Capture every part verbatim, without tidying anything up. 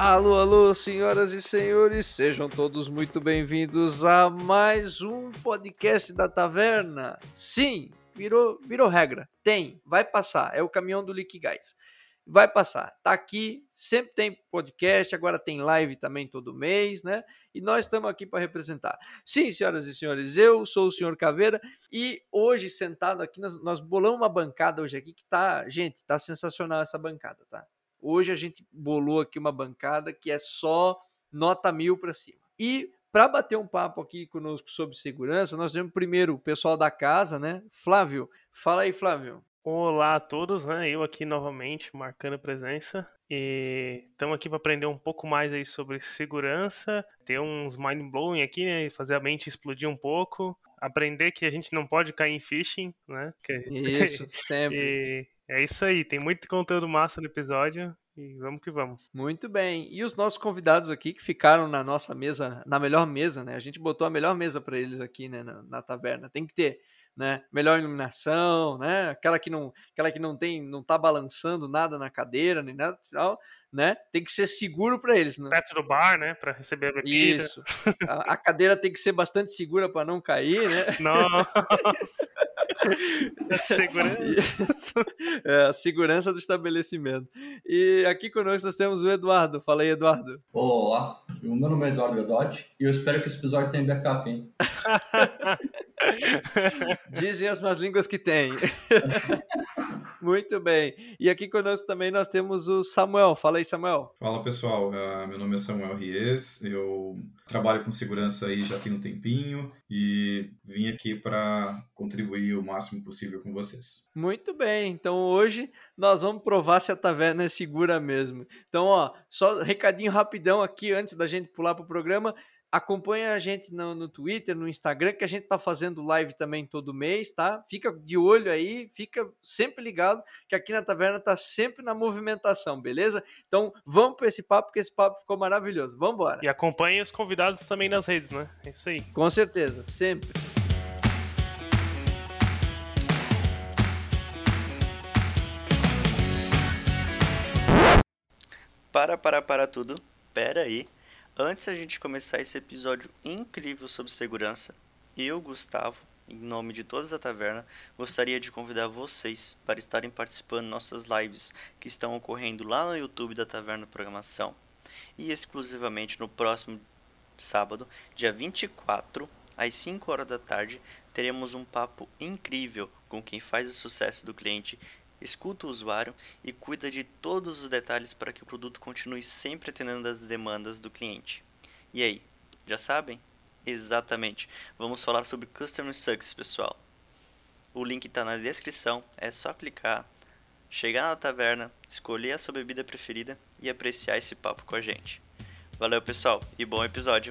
Alô, alô, senhoras e senhores, sejam todos muito bem-vindos a mais um podcast da Taverna. Sim, virou, virou regra, tem, vai passar, é o caminhão do Liquigás. Vai passar, tá aqui, sempre tem podcast, agora tem live também todo mês, né? E nós estamos aqui para representar. Sim, senhoras e senhores, eu sou o senhor Caveira e hoje sentado aqui, nós, nós bolamos uma bancada hoje aqui que tá, gente, tá sensacional essa bancada, tá? Hoje a gente bolou aqui uma bancada que é só nota mil para cima. E para bater um papo aqui conosco sobre segurança, nós temos primeiro o pessoal da casa, né? Flávio, fala aí, Flávio. Olá a todos, né? Eu aqui novamente marcando presença e estamos aqui para aprender um pouco mais aí sobre segurança, ter uns mind blowing aqui, né? Fazer a mente explodir um pouco, aprender que a gente não pode cair em phishing, né? Que... Isso, sempre. E é isso aí, tem muito conteúdo massa no episódio e vamos que vamos. Muito bem. E os nossos convidados aqui que ficaram na nossa mesa, na melhor mesa, né? A gente botou a melhor mesa para eles aqui, né, na, na taverna. Tem que ter, né? Melhor iluminação, né? Aquela que não, aquela que não tem, não tá balançando nada na cadeira, nem nada, tal, né? Tem que ser seguro para eles, né? Perto do bar, né, para receber a bebida. Isso. A, a cadeira tem que ser bastante segura para não cair, né? Nossa. Segurança. É, a segurança do estabelecimento. E aqui conosco nós temos o Eduardo. Fala aí, Eduardo. Olá, o meu nome é Eduardo Gadotti e eu espero que esse episódio tenha backup, hein? Dizem as más línguas que tem. Muito bem. E aqui conosco também nós temos o Samuel. Fala aí, Samuel. Fala, pessoal. Uh, meu nome é Samuel Ries. Eu trabalho com segurança aí já tem um tempinho e vim aqui para contribuir o máximo possível com vocês. Muito bem. Então hoje nós vamos provar se a taverna é segura mesmo. Então, ó, só recadinho rapidão aqui antes da gente pular pro programa. Acompanha a gente no, no Twitter, no Instagram, que a gente tá fazendo live também todo mês, tá? Fica de olho aí, fica sempre ligado, que aqui na taverna tá sempre na movimentação, beleza? Então vamos para esse papo, porque esse papo ficou maravilhoso. Vamos embora. E acompanhe os convidados também nas redes, né? É isso aí. Com certeza, sempre. Para, para, para tudo. Pera aí. Antes da gente começar esse episódio incrível sobre segurança, eu, Gustavo, em nome de todos da taverna, gostaria de convidar vocês para estarem participando de nossas lives que estão ocorrendo lá no YouTube da Taverna Programação. E exclusivamente no próximo sábado, dia vinte e quatro, às cinco horas da tarde, teremos um papo incrível com quem faz o sucesso do cliente, escuta o usuário e cuida de todos os detalhes para que o produto continue sempre atendendo às demandas do cliente. E aí, já sabem? Exatamente, vamos falar sobre Customer Success, pessoal. O link está na descrição, é só clicar, chegar na taverna, escolher a sua bebida preferida e apreciar esse papo com a gente. Valeu, pessoal, e bom episódio!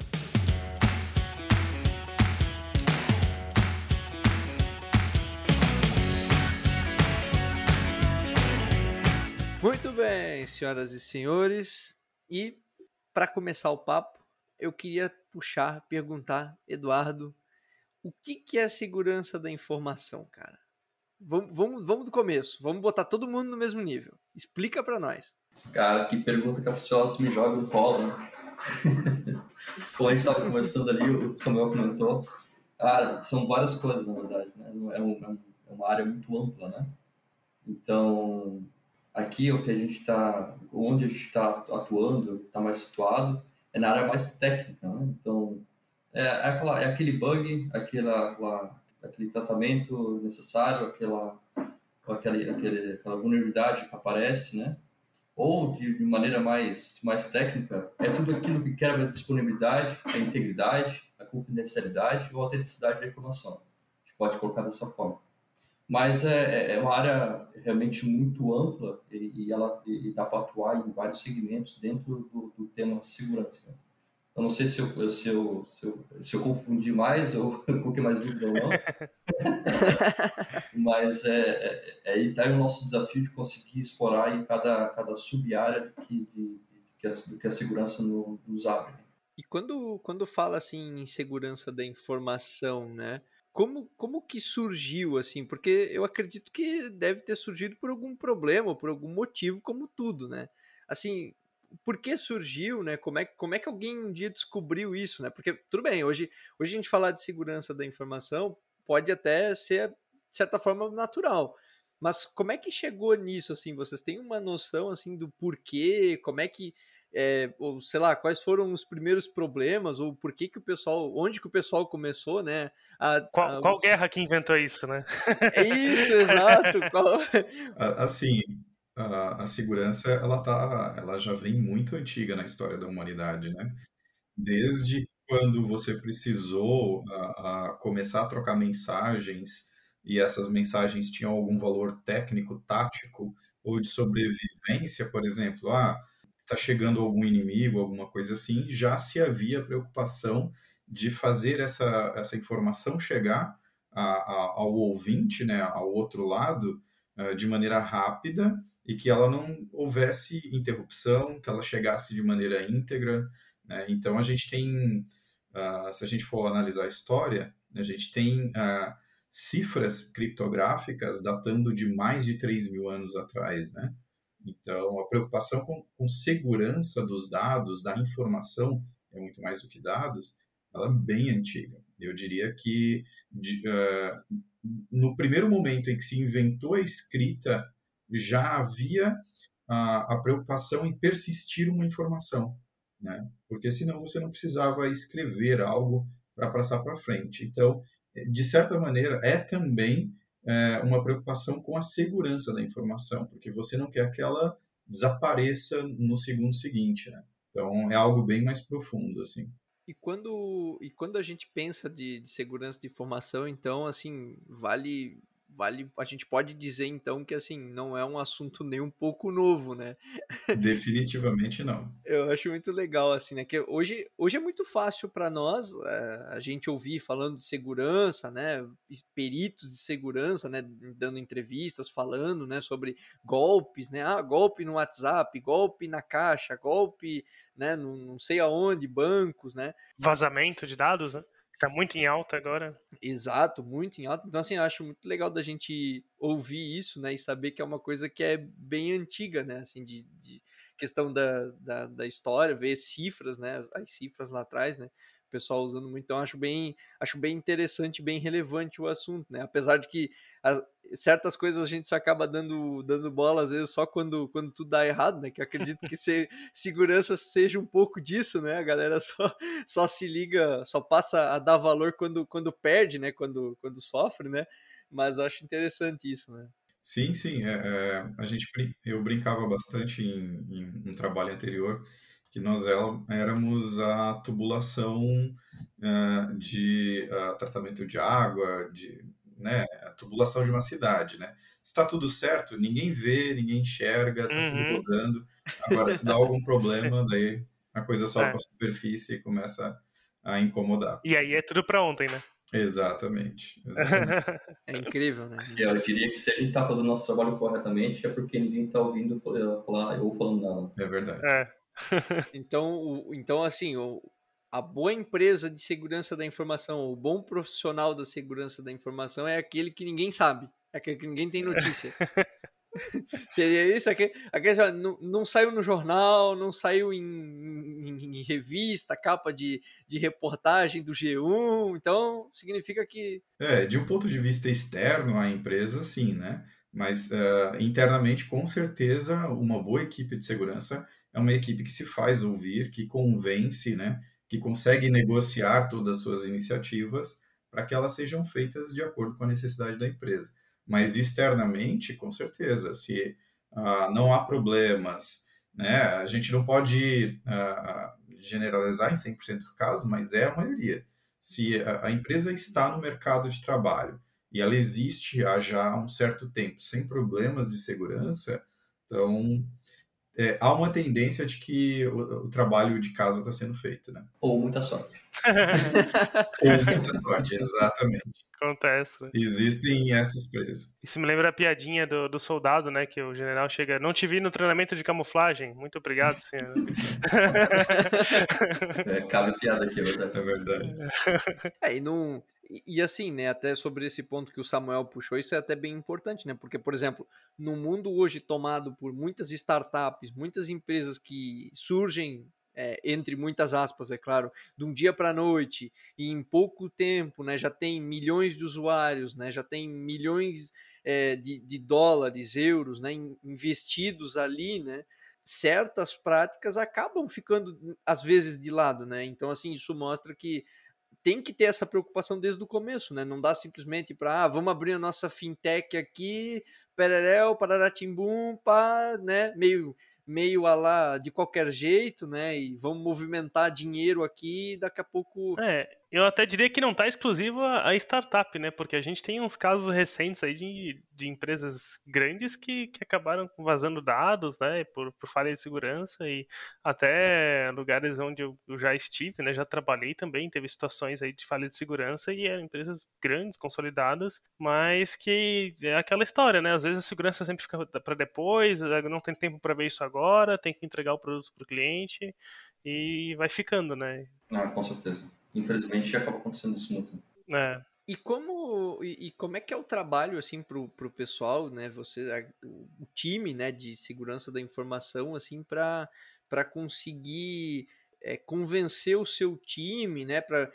Muito bem, senhoras e senhores, e para começar o papo, eu queria puxar, perguntar, Eduardo, o que, que é segurança da informação, cara? Vamos, vamos, vamos do começo, vamos botar todo mundo no mesmo nível. Explica para nós. Cara, que pergunta capciosa, me joga no colo, né? Como a gente estava conversando ali, o Samuel comentou, cara, são várias coisas, na verdade, né? É, um, é uma área muito ampla, né? Então, aqui o que a gente está, onde a gente está atuando, está mais situado, é na área mais técnica, né? Então, é, aquela, é aquele bug, aquela, aquela, aquele tratamento necessário, aquela, aquele, aquele, aquela vulnerabilidade que aparece, né? Ou, de, de maneira mais, mais técnica, é tudo aquilo que quebra a disponibilidade, a integridade, a confidencialidade ou a autenticidade da informação. A gente pode colocar dessa forma. Mas é, é uma área realmente muito ampla e, e ela e dá para atuar em vários segmentos dentro do, do tema segurança. Eu não sei se eu, se eu, se eu, se eu confundi mais ou coloquei mais dúvida ou não, mas é, é, é aí está o nosso desafio de conseguir explorar em cada, cada sub-área que, de, de, que, a, que a segurança no, nos abre. E quando, quando fala assim em segurança da informação, né? Como, como que surgiu, assim? Porque eu acredito que deve ter surgido por algum problema, por algum motivo, como tudo, né? Assim, por que surgiu, né? Como é, como é que alguém um dia descobriu isso, né? Porque, tudo bem, hoje, hoje a gente falar de segurança da informação pode até ser, de certa forma, natural. Mas como é que chegou nisso, assim? Vocês têm uma noção, assim, do porquê? Como é que, é, ou sei lá, quais foram os primeiros problemas? Ou por que que o pessoal, onde que o pessoal começou, né? A, Qual, a... qual guerra que inventou isso, né? É isso, exato! Qual... Assim, a, a segurança, ela, tá, ela já vem muito antiga na história da humanidade, né? Desde quando você precisou a, a começar a trocar mensagens e essas mensagens tinham algum valor técnico, tático ou de sobrevivência, por exemplo, ah, está chegando algum inimigo, alguma coisa assim, já se havia preocupação de fazer essa, essa informação chegar a, a, ao ouvinte, né, ao outro lado, uh, de maneira rápida e que ela não houvesse interrupção, que ela chegasse de maneira íntegra, né? Então a gente tem, uh, se a gente for analisar a história, a gente tem uh, cifras criptográficas datando de mais de três mil anos atrás, né? Então, a preocupação com, com segurança dos dados, da informação, é muito mais do que dados, ela é bem antiga. Eu diria que de, uh, no primeiro momento em que se inventou a escrita, já havia a, a preocupação em persistir uma informação, né? Porque senão você não precisava escrever algo para passar para frente. Então, de certa maneira, é também é, uma preocupação com a segurança da informação, porque você não quer que ela desapareça no segundo seguinte, né? Então, é algo bem mais profundo, assim. E quando, e quando a gente pensa de, de segurança de informação, então, assim, vale... Vale, a gente pode dizer, então, que assim, não é um assunto nem um pouco novo, né? Definitivamente não. Eu acho muito legal, assim, né? Que hoje, hoje é muito fácil para nós é, a gente ouvir falando de segurança, né? Peritos de segurança, né? Dando entrevistas, falando, né? Sobre golpes, né? Ah, golpe no WhatsApp, golpe na caixa, golpe, né? Não, não sei aonde, bancos, né? Vazamento de dados, né? Tá muito em alta agora. Exato, muito em alta. Então, assim, eu acho muito legal da gente ouvir isso, né? E saber que é uma coisa que é bem antiga, né? Assim, de, de questão da, da, da história, ver cifras, né? As cifras lá atrás, né? O pessoal usando muito. Então, acho bem, acho bem interessante, bem relevante o assunto, né? Apesar de que a, certas coisas a gente só acaba dando, dando bola, às vezes, só quando, quando tudo dá errado, né? Que eu acredito que ser, segurança seja um pouco disso, né? A galera só, só se liga, só passa a dar valor quando, quando perde, né? Quando, quando sofre, né? Mas eu acho interessante isso, né? Sim, sim. É, é, a gente, eu brincava bastante em, em um trabalho anterior que nós éramos a tubulação uh, de uh, tratamento de água, de, né, a tubulação de uma cidade, né? Está tudo certo, ninguém vê, ninguém enxerga, está uhum. tudo rodando. Agora, se dá algum problema, daí a coisa sobe é. para a superfície e começa a incomodar. E aí é tudo para ontem, né? Exatamente. exatamente. É incrível, né? Eu diria que se a gente está fazendo o nosso trabalho corretamente, é porque ninguém está ouvindo falar, eu falando nada. É verdade. É. Então, então, assim, a boa empresa de segurança da informação, o bom profissional da segurança da informação é aquele que ninguém sabe, é aquele que ninguém tem notícia. Seria isso? Aquele, aquele, não, não saiu no jornal, não saiu em, em, em revista, capa de, de reportagem do G um, então significa que... É, de um ponto de vista externo à empresa, sim, né? Mas uh, internamente, com certeza, uma boa equipe de segurança é uma equipe que se faz ouvir, que convence, né? Que consegue negociar todas as suas iniciativas para que elas sejam feitas de acordo com a necessidade da empresa. Mas externamente, com certeza, se uh, não há problemas, né? A gente não pode uh, generalizar em cem por cento do caso, mas é a maioria. Se a, a empresa está no mercado de trabalho e ela existe há já um certo tempo, sem problemas de segurança, então é, há uma tendência de que o, o trabalho de casa está sendo feito, né? Ou muita sorte. Ou muita sorte, exatamente. Acontece. Né? Existem essas coisas. Isso me lembra a piadinha do, do soldado, né? Que o general chega, não te vi no treinamento de camuflagem. Muito obrigado, senhor. É, cabe piada aqui, é verdade. É verdade. É, e, não, E, e assim, né, até sobre esse ponto que o Samuel puxou, isso é até bem importante, né? Porque, por exemplo, no mundo hoje tomado por muitas startups, muitas empresas que surgem, é, entre muitas aspas, é claro, de um dia para a noite, e em pouco tempo, né, já tem milhões de usuários, né, já tem milhões é, de, de dólares, euros, né, investidos ali, né? Certas práticas acabam ficando, às vezes, de lado, né? Então, assim, isso mostra que tem que ter essa preocupação desde o começo, né? Não dá simplesmente para, ah, vamos abrir a nossa fintech aqui, pereréu, pararatimbum, pá, né? Meio, meio a lá de qualquer jeito, né? E vamos movimentar dinheiro aqui e daqui a pouco... É, eu até diria que não está exclusivo a a startup, né? Porque a gente tem uns casos recentes aí de, de empresas grandes que, que acabaram vazando dados, né? Por, por falha de segurança e até lugares onde eu, eu já estive, né? Já trabalhei também, teve situações aí de falha de segurança e eram empresas grandes, consolidadas, mas que é aquela história, né? Às vezes a segurança sempre fica para depois, não tem tempo para ver isso agora, tem que entregar o produto para o cliente e vai ficando, né? Ah, com certeza. Infelizmente acaba acontecendo isso muito. É. E como, e, e como é que é o trabalho, assim, pro, pro pessoal, né, você, a- o o time, né, de segurança da informação, assim, para para conseguir é, convencer o seu time, né, para,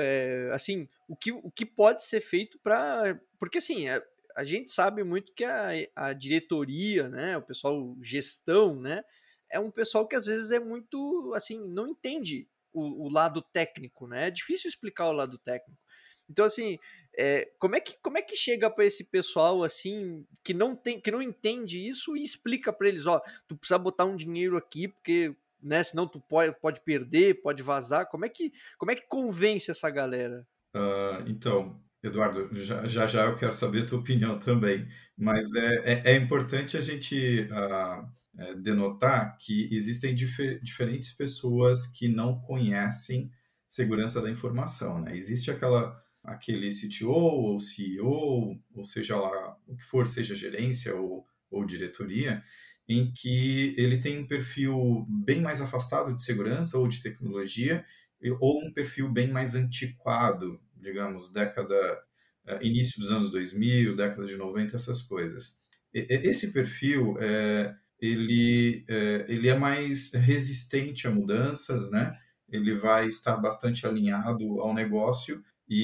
assim, o que, o que pode ser feito para... Porque, assim, a, a gente sabe muito que a, a diretoria, né, o pessoal gestão, né, é um pessoal que às vezes é muito, assim, não entende o, o lado técnico, né, é difícil explicar o lado técnico. Então, assim, é, como, é que, como é que chega para esse pessoal, assim, que não tem, que não entende isso e explica para eles, ó, tu precisa botar um dinheiro aqui, porque, né, senão tu pode, pode perder, pode vazar. Como é que, como é que convence essa galera? Ah, então, Eduardo, já, já já eu quero saber a tua opinião também, mas é, é, é importante a gente ah, é, denotar que existem dife- diferentes pessoas que não conhecem segurança da informação, né? Existe aquela, aquele C T O ou C E O, ou seja lá o que for, seja gerência ou, ou diretoria, em que ele tem um perfil bem mais afastado de segurança ou de tecnologia, ou um perfil bem mais antiquado, digamos, década, eh, início dos anos dois mil, década de noventa, essas coisas. E- e- Esse perfil, é, ele, é, ele é mais resistente a mudanças, né? Ele vai estar bastante alinhado ao negócio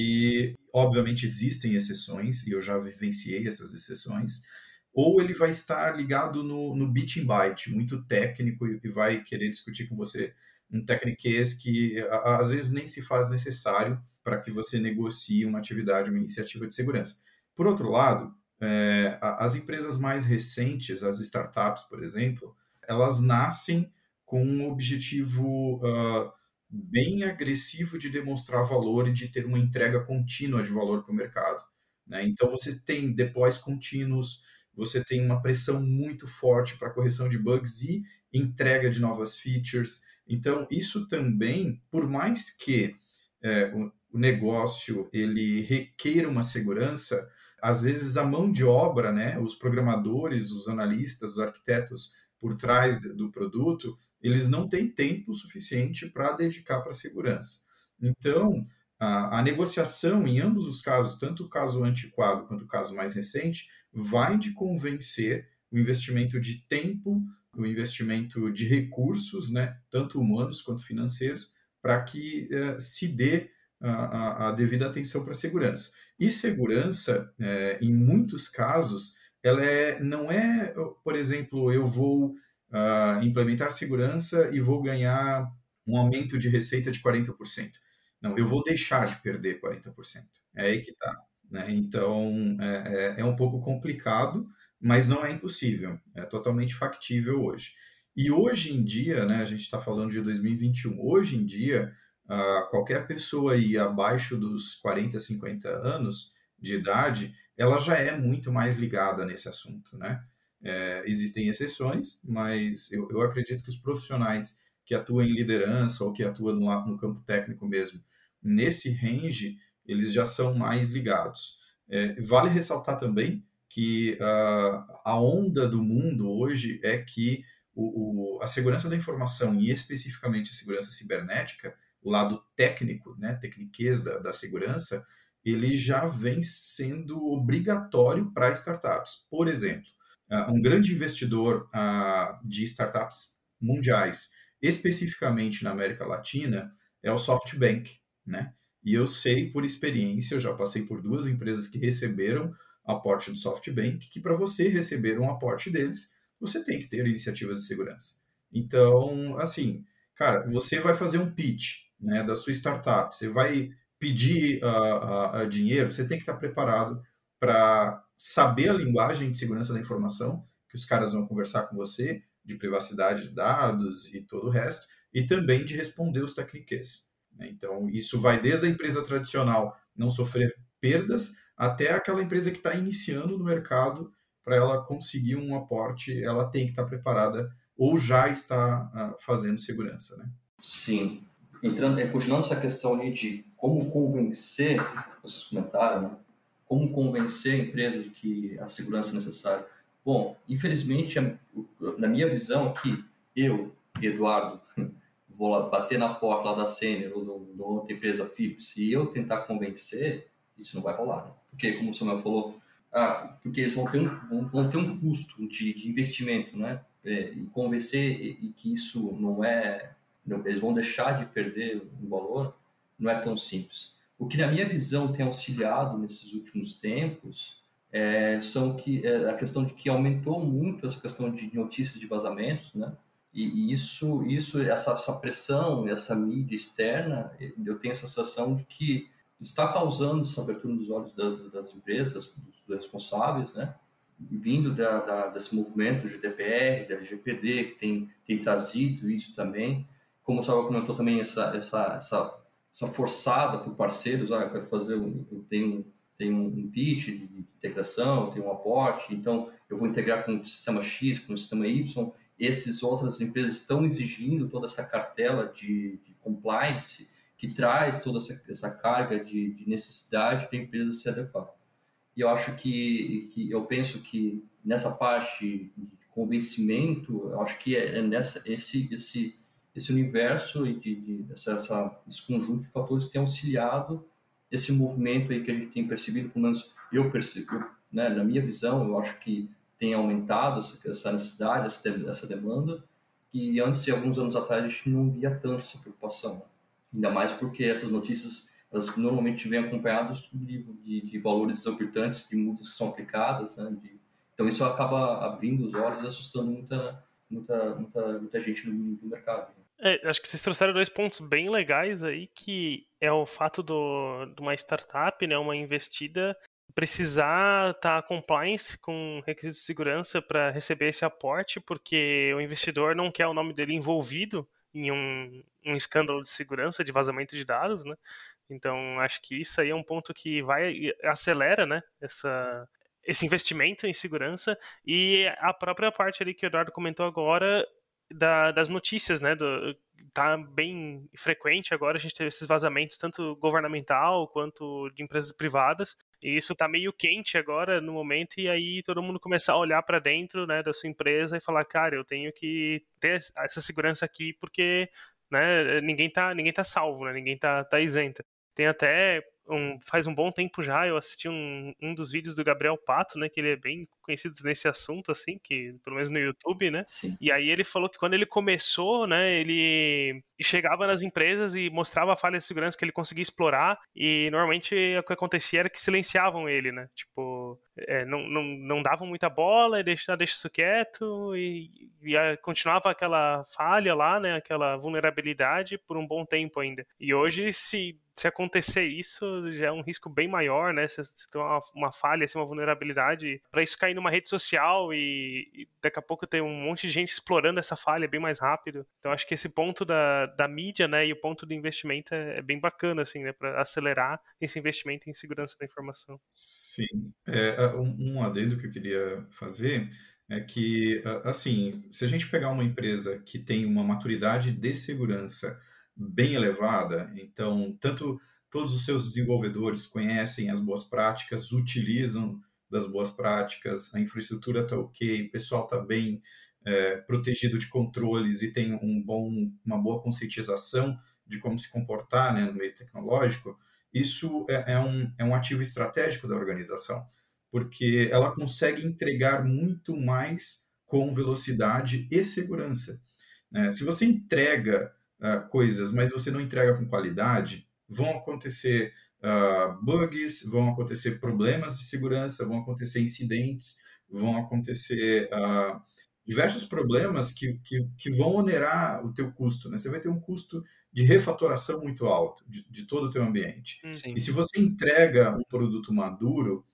e, obviamente, existem exceções, e eu já vivenciei essas exceções, ou ele vai estar ligado no, no bit and byte, muito técnico, e e vai querer discutir com você um tecniquez que a- às vezes nem se faz necessário para que você negocie uma atividade, uma iniciativa de segurança. Por outro lado, é, a- as empresas mais recentes, as startups, por exemplo, elas nascem com um objetivo ah, bem agressivo de demonstrar valor e de ter uma entrega contínua de valor para o mercado, né? Então, você tem deploys contínuos, você tem uma pressão muito forte para correção de bugs e entrega de novas features. Então, isso também, por mais que é, o, o negócio ele requeira uma segurança, às vezes a mão de obra, né, os programadores, os analistas, os arquitetos por trás de, do produto, eles não têm tempo suficiente para dedicar para a segurança. Então, a, a negociação, em ambos os casos, tanto o caso antiquado quanto o caso mais recente, vai de convencer o investimento de tempo, o investimento de recursos, né, tanto humanos quanto financeiros, para que eh, se dê a, a, a devida atenção para a segurança. E segurança, eh, em muitos casos, ela é, não é, por exemplo, eu vou ah, implementar segurança e vou ganhar um aumento de receita de quarenta por cento. Não, eu vou deixar de perder quarenta por cento. É aí que está. Né? Então, é, é, é um pouco complicado, mas não é impossível, é totalmente factível hoje. E hoje em dia, né, a gente está falando de dois mil e vinte e um, hoje em dia, uh, qualquer pessoa aí abaixo dos quarenta, cinquenta anos de idade, ela já é muito mais ligada nesse assunto, né? É, existem exceções, mas eu, eu acredito que os profissionais que atuam em liderança ou que atuam no, no campo técnico mesmo, nesse range, eles já são mais ligados. É, vale ressaltar também que uh, a onda do mundo hoje é que o, o, a segurança da informação e especificamente a segurança cibernética, o lado técnico, né, tecniquez da, da segurança, ele já vem sendo obrigatório para startups. Por exemplo, uh, um grande investidor uh, de startups mundiais, especificamente na América Latina, é o SoftBank, né? E eu sei por experiência, eu já passei por duas empresas que receberam aporte do SoftBank, que para você receber um aporte deles, você tem que ter iniciativas de segurança. Então, assim, cara, você vai fazer um pitch, né, da sua startup, você vai pedir uh, uh, dinheiro, você tem que estar preparado para saber a linguagem de segurança da informação que os caras vão conversar com você, de privacidade de dados e todo o resto, e também de responder os techniques. Então, isso vai desde a empresa tradicional não sofrer perdas, até aquela empresa que está iniciando no mercado, para ela conseguir um aporte, ela tem que estar preparada ou já está uh, fazendo segurança, né? Sim. Entrando, é, continuando essa questão ali de como convencer, vocês comentaram, né? Como convencer a empresa de que a segurança é necessária. Bom, infelizmente, na minha visão aqui, eu, Eduardo, vou lá bater na porta lá da Senior ou da outra empresa Philips e eu tentar convencer, isso não vai rolar, né? Porque, como o Samuel falou, ah, porque eles vão ter um, vão, vão ter um custo de, de investimento, né? É, e convencer e, e que isso não é... Não, eles vão deixar de perder o valor, não é tão simples. O que, na minha visão, tem auxiliado nesses últimos tempos é, são que, é a questão de que aumentou muito essa questão de notícias de vazamentos, né? E, e isso, isso essa, essa pressão, essa mídia externa, eu tenho a sensação de que está causando essa abertura nos olhos da, das empresas, dos, dos responsáveis, né? Vindo da, da, desse movimento do G D P R, da L G P D, que tem, tem trazido isso também. Como o Salvador comentou também, essa, essa, essa, essa forçada por parceiros, ah, eu quero fazer, um, eu tenho, tenho um pitch de integração, eu tenho um aporte, então eu vou integrar com o sistema X, com o sistema Y. Essas outras empresas estão exigindo toda essa cartela de, de compliance que traz toda essa, essa carga de, de necessidade da empresa se adequar. E eu acho que, que eu penso que nessa parte de convencimento, eu acho que é nessa esse esse esse universo e de, de essa, essa esse conjunto de fatores que tem auxiliado esse movimento aí que a gente tem percebido, pelo menos eu percebo, né, na minha visão, eu acho que tem aumentado essa, essa necessidade, essa, essa demanda, e antes, de alguns anos atrás, a gente não via tanto essa preocupação. Ainda mais porque essas notícias, elas normalmente vêm acompanhadas de, de, de valores exorbitantes, de multas que são aplicadas, né? De, então isso acaba abrindo os olhos e assustando muita, muita, muita, muita gente no, no mercado. É, acho que vocês trouxeram dois pontos bem legais aí, que é o fato do, de uma startup, né, uma investida, precisar estar tá compliance com requisitos de segurança para receber esse aporte, porque o investidor não quer o nome dele envolvido em um, um escândalo de segurança, de vazamento de dados, né? Então, acho que isso aí é um ponto que vai acelera, né, essa, esse investimento em segurança, e a própria parte ali que o Eduardo comentou agora, da, das notícias, né, do, tá bem frequente agora, a gente teve esses vazamentos, tanto governamental quanto de empresas privadas, e isso tá meio quente agora no momento, e aí todo mundo começar a olhar para dentro, né, da sua empresa e falar, cara, eu tenho que ter essa segurança aqui, porque, né, ninguém tá, ninguém tá salvo, né, ninguém tá, tá isento. Tem até, um, faz um bom tempo já, eu assisti um, um dos vídeos do Gabriel Pato, né, que ele é bem conhecido nesse assunto, assim, que pelo menos no YouTube, né, Sim. E aí ele falou que quando ele começou, né, ele chegava nas empresas e mostrava falhas de segurança que ele conseguia explorar, e normalmente o que acontecia era que silenciavam ele, né, tipo, é, não, não, não davam muita bola, e deixa, deixa isso quieto, e, e a, continuava aquela falha lá, né, aquela vulnerabilidade por um bom tempo ainda. E hoje, se se acontecer isso, já é um risco bem maior, né? Se, se tem uma, uma falha, assim, uma vulnerabilidade, para isso cair numa rede social e, e daqui a pouco ter um monte de gente explorando essa falha bem mais rápido. Então, acho que esse ponto da, da mídia, né, e o ponto do investimento é, é bem bacana, assim, né, para acelerar esse investimento em segurança da informação. Sim. É, um, um adendo que eu queria fazer é que, assim, se a gente pegar uma empresa que tem uma maturidade de segurança bem elevada, então tanto todos os seus desenvolvedores conhecem as boas práticas, utilizam das boas práticas, a infraestrutura está ok, o pessoal está bem é, protegido de controles e tem um bom, uma boa conscientização de como se comportar, né, no meio tecnológico, isso é, é, um, é um ativo estratégico da organização, porque ela consegue entregar muito mais com velocidade e segurança. Né? Se você entrega uh, coisas, mas você não entrega com qualidade, vão acontecer uh, bugs, vão acontecer problemas de segurança, vão acontecer incidentes, vão acontecer uh, diversos problemas que, que, que vão onerar o teu custo. Né? Você vai ter um custo de refatoração muito alto de, de todo o teu ambiente. Sim. E se você entrega um produto maduro,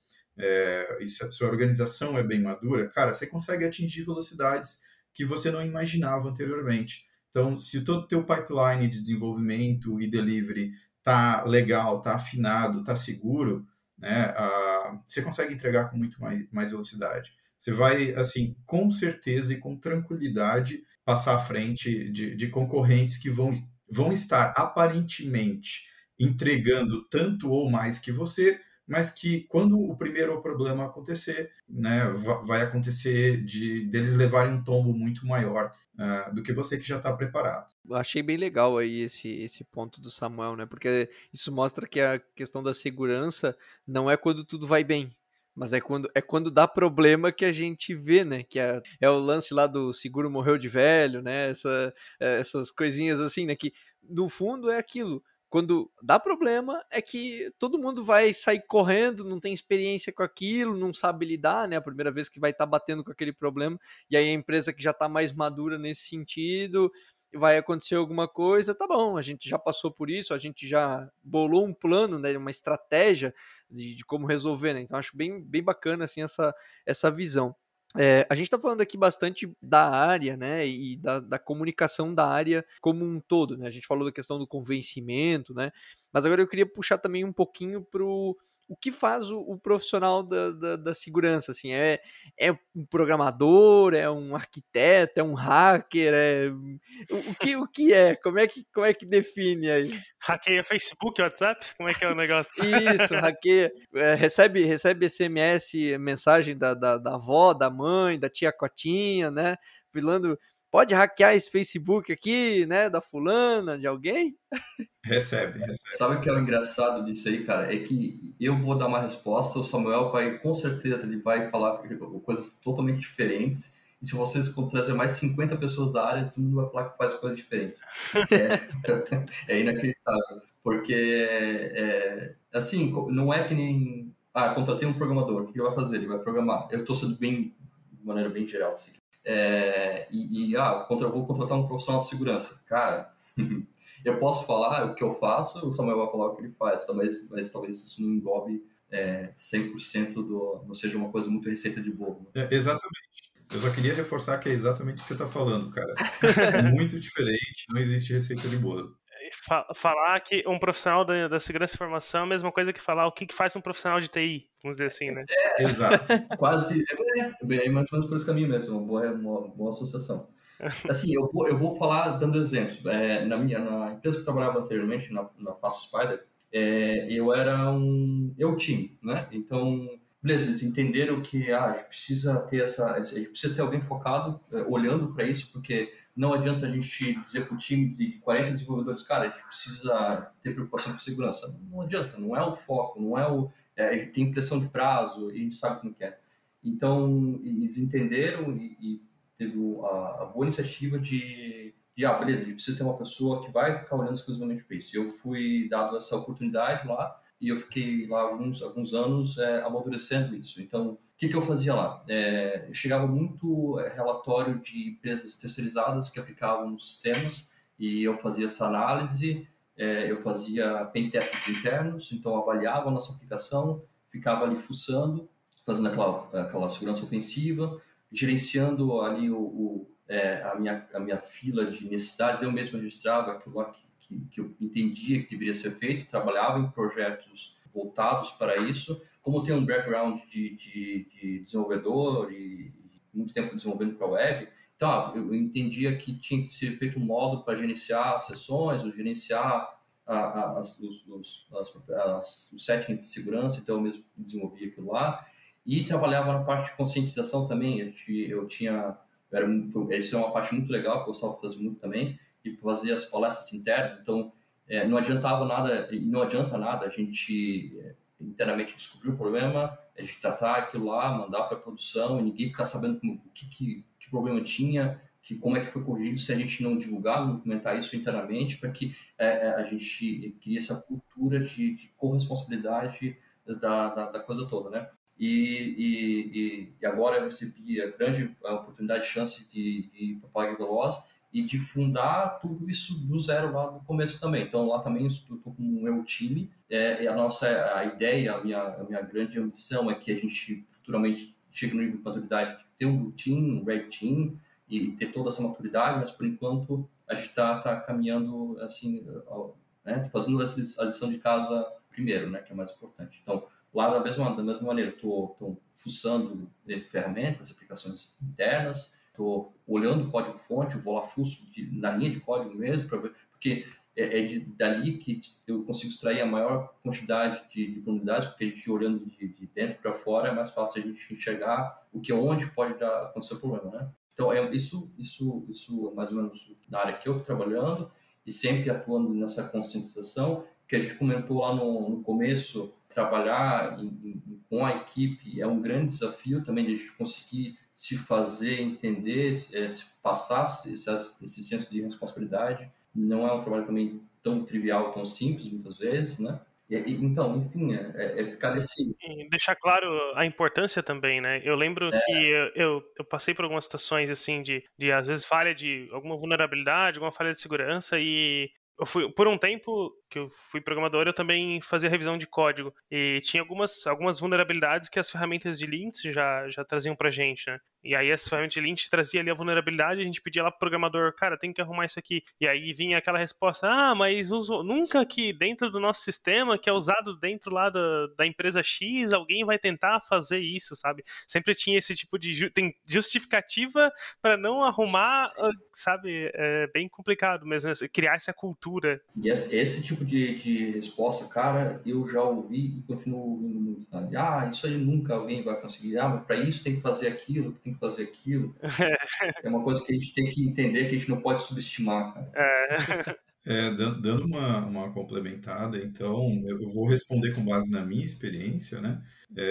é, e se a sua organização é bem madura, cara, você consegue atingir velocidades que você não imaginava anteriormente. Então, se todo o teu pipeline de desenvolvimento e delivery tá legal, tá afinado, tá seguro, né, uh, você consegue entregar com muito mais, mais velocidade. Você vai, assim, com certeza e com tranquilidade passar à frente de, de concorrentes que vão, vão estar aparentemente entregando tanto ou mais que você, mas que quando o primeiro problema acontecer, né, vai acontecer de deles levarem um tombo muito maior uh, do que você que já está preparado. Eu achei bem legal aí esse, esse ponto do Samuel, né? Porque isso mostra que a questão da segurança não é quando tudo vai bem, mas é quando, é quando dá problema que a gente vê, né? Que é, é o lance lá do seguro morreu de velho, né? Essa, essas coisinhas assim, né? Que no fundo é aquilo. Quando dá problema, é que todo mundo vai sair correndo, não tem experiência com aquilo, não sabe lidar, né? A primeira vez que vai estar tá batendo com aquele problema, e aí a empresa que já está mais madura nesse sentido, vai acontecer alguma coisa, tá bom, a gente já passou por isso, a gente já bolou um plano, né? Uma estratégia de, de como resolver, né? Então acho bem, bem bacana assim, essa, essa visão. É, a gente está falando aqui bastante da área, né, e da, da comunicação da área como um todo, né, a gente falou da questão do convencimento, né, mas agora eu queria puxar também um pouquinho para o que faz o, o profissional da, da, da segurança, assim, é, é um programador, é um arquiteto, é um hacker, é, o, o, que, o que é, como é que, como é que define aí? Hackeia Facebook, WhatsApp? Como é que é o negócio? Isso, hackeia, é, recebe, recebe S M S, mensagem da, da, da avó, da mãe, da tia Cotinha, né, falando, pode hackear esse Facebook aqui, né, da fulana, de alguém? Recebe, recebe. Sabe o que é o engraçado disso aí, cara? É que eu vou dar uma resposta, o Samuel vai, com certeza, ele vai falar coisas totalmente diferentes. E se vocês trazer mais cinquenta pessoas da área, todo mundo vai falar que faz coisa diferente. É, é inacreditável. Porque, é, assim, não é que nem... Ah, contratei um programador, o que ele vai fazer? Ele vai programar. Eu estou sendo bem, de maneira bem geral, assim. É, e, e, ah, vou contratar um profissional de segurança. Cara, eu posso falar o que eu faço, o Samuel vai falar o que ele faz, talvez, mas talvez isso não englobe é, cem por cento do... não seja uma coisa muito receita de bolo. É, exatamente. Eu só queria reforçar que é exatamente o que você está falando, cara. É muito diferente, não existe receita de bolo. Falar que um profissional da, da segurança e informação é a mesma coisa que falar o que, que faz um profissional de T I, vamos dizer assim, né? É, exato. Quase, é, é mais ou menos por esse caminho mesmo, uma boa, uma boa associação. Assim, eu vou, eu vou falar dando exemplos. É, na, minha, na empresa que eu trabalhava anteriormente, na, na Passo Spider, é, eu era um... eu time, né? Então, beleza, eles entenderam que ah, a gente precisa ter essa... a gente precisa ter alguém focado, é, olhando para isso, porque não adianta a gente dizer para o time de quarenta desenvolvedores, cara, a gente precisa ter preocupação com segurança. Não adianta, não é o foco, não é o... É, tem pressão de prazo, e a gente sabe como que é. Então, eles entenderam e, e teve a, a boa iniciativa de, de, ah, beleza, a gente precisa ter uma pessoa que vai ficar olhando exclusivamente para isso. Eu fui dado essa oportunidade lá e eu fiquei lá alguns, alguns anos é, amadurecendo isso. Então, o que, que eu fazia lá? É, eu chegava muito relatório de empresas terceirizadas que aplicavam nos sistemas e eu fazia essa análise, é, eu fazia pentests internos, então avaliava a nossa aplicação, ficava ali fuçando, fazendo aquela, aquela segurança ofensiva, gerenciando ali o, o, é, a, minha, a minha fila de necessidades. Eu mesmo registrava aquilo lá que, que, que eu entendia que deveria ser feito, trabalhava em projetos voltados para isso. Como tem um background de, de, de desenvolvedor e muito tempo desenvolvendo para a web, então eu entendia que tinha que ser feito um modo para gerenciar as sessões, ou gerenciar a, a, as, os, os, as, as, os settings de segurança, então eu mesmo desenvolvia aquilo lá. E trabalhava na parte de conscientização também. Eu, eu tinha... Eu era, isso é uma parte muito legal, que eu gostava de fazer muito também, e fazer as palestras internas. Então, é, não adiantava nada, e não adianta nada a gente é, internamente descobrir o problema, a gente tratar aquilo lá, mandar para a produção, e ninguém ficar sabendo como, o que, que, que problema tinha, que, como é que foi corrigido, se a gente não divulgar, não documentar isso internamente, para que é, a gente crie essa cultura de, de corresponsabilidade da, da, da coisa toda, né? E, e, e agora eu recebi a grande a oportunidade, chance de, de ir para a Plague Veloz e de fundar tudo isso do zero lá no começo também. Então lá também estou com o meu time, é, e a nossa a ideia, a minha, a minha grande ambição é que a gente futuramente chegue no nível de maturidade de ter um Blue Team, um Red Team, e ter toda essa maturidade, mas por enquanto a gente está tá caminhando assim, né, fazendo a lição de casa primeiro, né, que é mais importante. Então, lá da mesma, da mesma maneira, estou fuçando ferramentas, aplicações internas, estou olhando o código-fonte, vou lá fuço de, na linha de código mesmo, pra ver, porque é, é de, dali que eu consigo extrair a maior quantidade de, de vulnerabilidades, porque a gente olhando de, de dentro para fora é mais fácil a gente enxergar o que onde pode dar, acontecer o problema, né? Então, é, isso, isso, isso é mais ou menos na área que eu estou trabalhando e sempre atuando nessa conscientização, que a gente comentou lá no, no começo, trabalhar em, em, com a equipe é um grande desafio também de a gente conseguir se fazer entender, é, se passar esse, esse senso de responsabilidade. Não é um trabalho também tão trivial, tão simples, muitas vezes, né? E, então, enfim, é, é ficar nesse... E deixar claro a importância também, né? Eu lembro é. que eu, eu, eu passei por algumas situações, assim, de, de, às vezes, falha de alguma vulnerabilidade, alguma falha de segurança, e eu fui, por um tempo que eu fui programador, eu também fazia revisão de código, e tinha algumas, algumas vulnerabilidades que as ferramentas de lint já, já traziam pra gente, né? E aí as ferramentas de lint trazia ali a vulnerabilidade, a gente pedia lá pro programador, cara, tem que arrumar isso aqui. E aí vinha aquela resposta, ah, mas uso, nunca que dentro do nosso sistema, que é usado dentro lá da, da empresa X, alguém vai tentar fazer isso, sabe? Sempre tinha esse tipo de ju- tem justificativa para não arrumar, sabe? É bem complicado mesmo, criar essa cultura. E esse, esse tipo de, de resposta, cara, eu já ouvi e continuo ouvindo muito, sabe? Ah, isso aí nunca alguém vai conseguir. Ah, mas para isso tem que fazer aquilo, tem que fazer aquilo. É uma coisa que a gente tem que entender que a gente não pode subestimar, cara. É. É, dando uma, uma complementada, então, eu vou responder com base na minha experiência, né?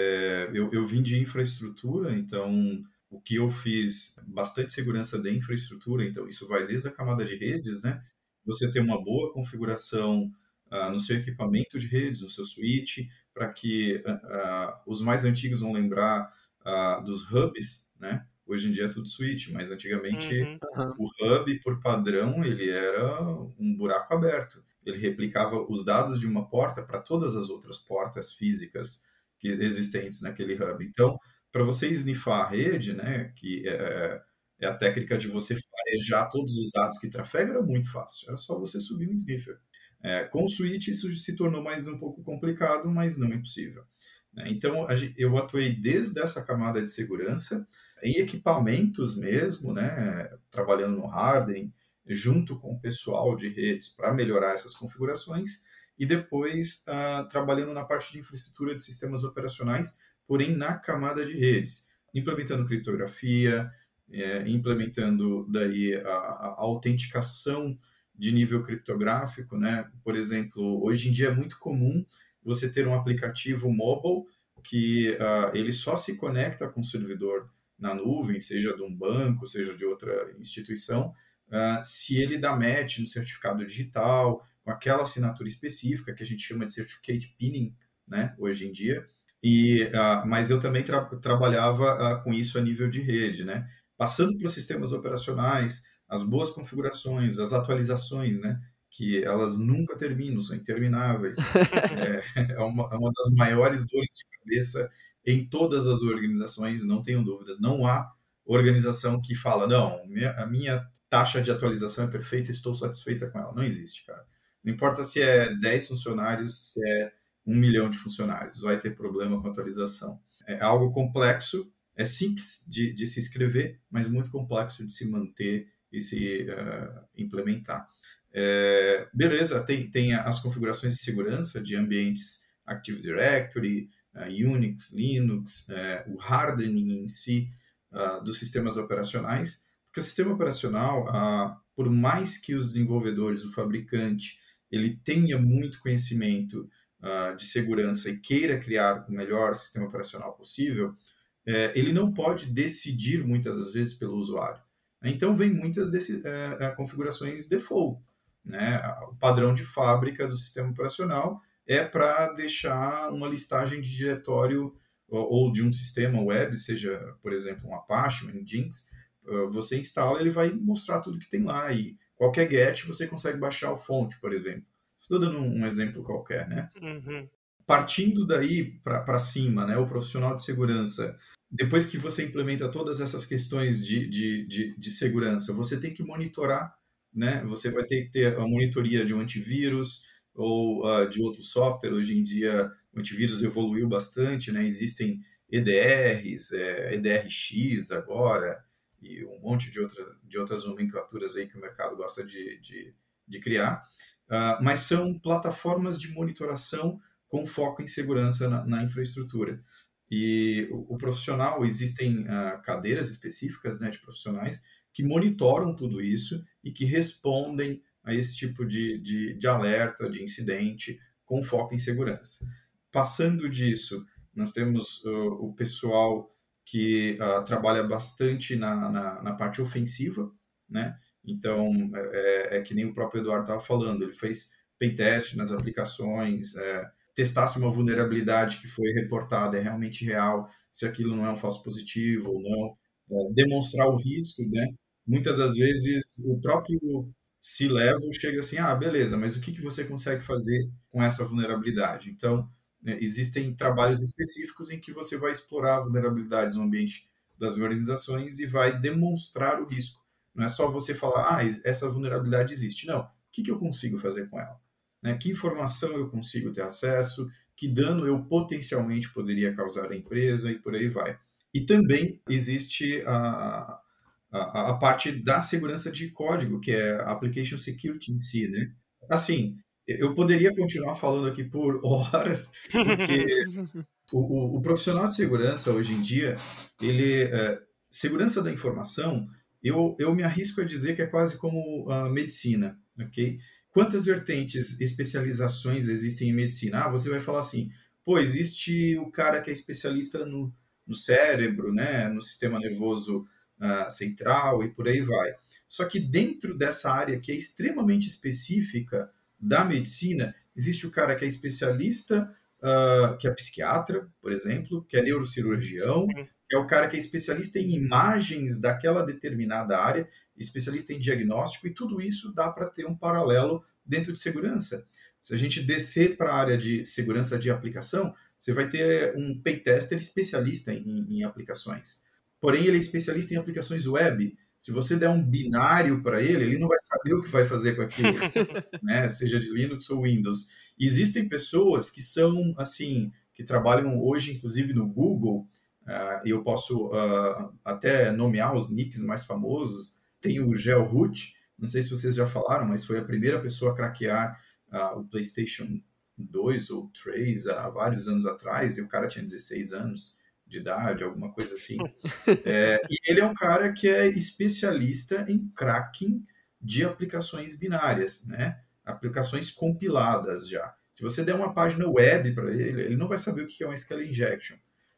É, eu, eu vim de infraestrutura, então, o que eu fiz, bastante segurança de infraestrutura, então, isso vai desde a camada de redes, né? Você ter uma boa configuração uh, no seu equipamento de redes, no seu switch, para que uh, uh, os mais antigos vão lembrar uh, dos hubs, né? Hoje em dia é tudo switch, mas antigamente Uhum. o hub, por padrão, ele era um buraco aberto. Ele replicava os dados de uma porta para todas as outras portas físicas que existentes naquele hub. Então, para você snifar a rede, né, que é, é a técnica de você farejar todos os dados que trafegam, era muito fácil. Era só você subir um sniffer. É, com o switch, isso se tornou mais um pouco complicado, mas não impossível. Então, eu atuei desde essa camada de segurança, em equipamentos mesmo, né, trabalhando no hardening, junto com o pessoal de redes para melhorar essas configurações, e depois uh, trabalhando na parte de infraestrutura de sistemas operacionais, porém na camada de redes, implementando criptografia, é, implementando daí a, a autenticação de nível criptográfico, né? Por exemplo, hoje em dia é muito comum você ter um aplicativo mobile que uh, ele só se conecta com o servidor na nuvem, seja de um banco, seja de outra instituição, uh, se ele dá match no certificado digital, com aquela assinatura específica, que a gente chama de certificate pinning, né, hoje em dia. E, uh, mas eu também tra- trabalhava uh, com isso a nível de rede, né, passando para os sistemas operacionais, as boas configurações, as atualizações, né, que elas nunca terminam, são intermináveis. é, é, uma, é uma das maiores dores de cabeça em todas as organizações, não tenho dúvidas. Não há organização que fala, não, minha, a minha taxa de atualização é perfeita, estou satisfeita com ela. Não existe, cara. Não importa se é dez funcionários, se é um milhão de funcionários, vai ter problema com a atualização. É algo complexo, é simples de, de se escrever, mas muito complexo de se manter e se uh, implementar. É, beleza, tem, tem as configurações de segurança de ambientes Active Directory, uh, Unix, Linux, uh, o hardening em si uh, dos sistemas operacionais, porque o sistema operacional, uh, por mais que os desenvolvedores, o fabricante, ele tenha muito conhecimento uh, de segurança e queira criar o melhor sistema operacional possível, é, ele não pode decidir muitas das vezes pelo usuário. Então, vem muitas desse, é, configurações default. Né? O padrão de fábrica do sistema operacional é para deixar uma listagem de diretório ou, ou de um sistema web, seja, por exemplo, um Apache, um Nginx, você instala, ele vai mostrar tudo que tem lá, e qualquer get você consegue baixar o fonte, por exemplo. Estou dando um, um exemplo qualquer, né? Uhum. Partindo daí para cima, né, o profissional de segurança, depois que você implementa todas essas questões de, de, de, de segurança, você tem que monitorar, né? Você vai ter que ter a monitoria de um antivírus ou uh, de outro software. Hoje em dia, o antivírus evoluiu bastante, né? Existem E D Rs, é, E D R X agora, e um monte de, outra, de outras nomenclaturas aí que o mercado gosta de, de, de criar. Uh, mas são plataformas de monitoração com foco em segurança na, na infraestrutura. E o, o profissional, existem uh, cadeiras específicas, né, de profissionais que monitoram tudo isso e que respondem a esse tipo de, de, de alerta, de incidente, com foco em segurança. Passando disso, nós temos uh, o pessoal que uh, trabalha bastante na, na, na parte ofensiva, né? Então, é, é que nem o próprio Eduardo estava falando, ele fez pentest nas aplicações, é, testar se uma vulnerabilidade que foi reportada é realmente real, se aquilo não é um falso positivo ou não, é, demonstrar o risco, né? Muitas das vezes o próprio C-level chega assim, ah, beleza, mas o que, que você consegue fazer com essa vulnerabilidade? Então, né, existem trabalhos específicos em que você vai explorar vulnerabilidades no ambiente das organizações e vai demonstrar o risco. Não é só você falar, ah, essa vulnerabilidade existe. Não, o que, que eu consigo fazer com ela? Né? Que informação eu consigo ter acesso? Que dano eu potencialmente poderia causar à empresa? E por aí vai. E também existe a, a, a parte da segurança de código, que é a Application Security em si, né? Assim, eu poderia continuar falando aqui por horas, porque o, o, o profissional de segurança, hoje em dia, ele... É, segurança da informação, eu, eu me arrisco a dizer que é quase como a medicina, ok? Quantas vertentes, especializações existem em medicina? Ah, você vai falar assim, pô, existe o cara que é especialista no, no cérebro, né, no sistema nervoso uh, central e por aí vai. Só que dentro dessa área que é extremamente específica da medicina, existe o cara que é especialista, uh, que é psiquiatra, por exemplo, que é neurocirurgião, Sim. que é o cara que é especialista em imagens daquela determinada área, especialista em diagnóstico, e tudo isso dá para ter um paralelo dentro de segurança. Se a gente descer para a área de segurança de aplicação, você vai ter um pentester especialista em, em aplicações. Porém, ele é especialista em aplicações web. Se você der um binário para ele, ele não vai saber o que vai fazer com aquilo, né? Seja de Linux ou Windows. Existem pessoas que são, assim, que trabalham hoje, inclusive, no Google. Uh, eu posso uh, até nomear os nicks mais famosos. Tem o GeoRoot, não sei se vocês já falaram, mas foi a primeira pessoa a craquear uh, o PlayStation dois ou três há vários anos atrás, e o cara tinha dezesseis anos de idade, alguma coisa assim. É, e ele é um cara que é especialista em cracking de aplicações binárias, né? Aplicações compiladas já. Se você der uma página web para ele, ele não vai saber o que é um S Q L injection.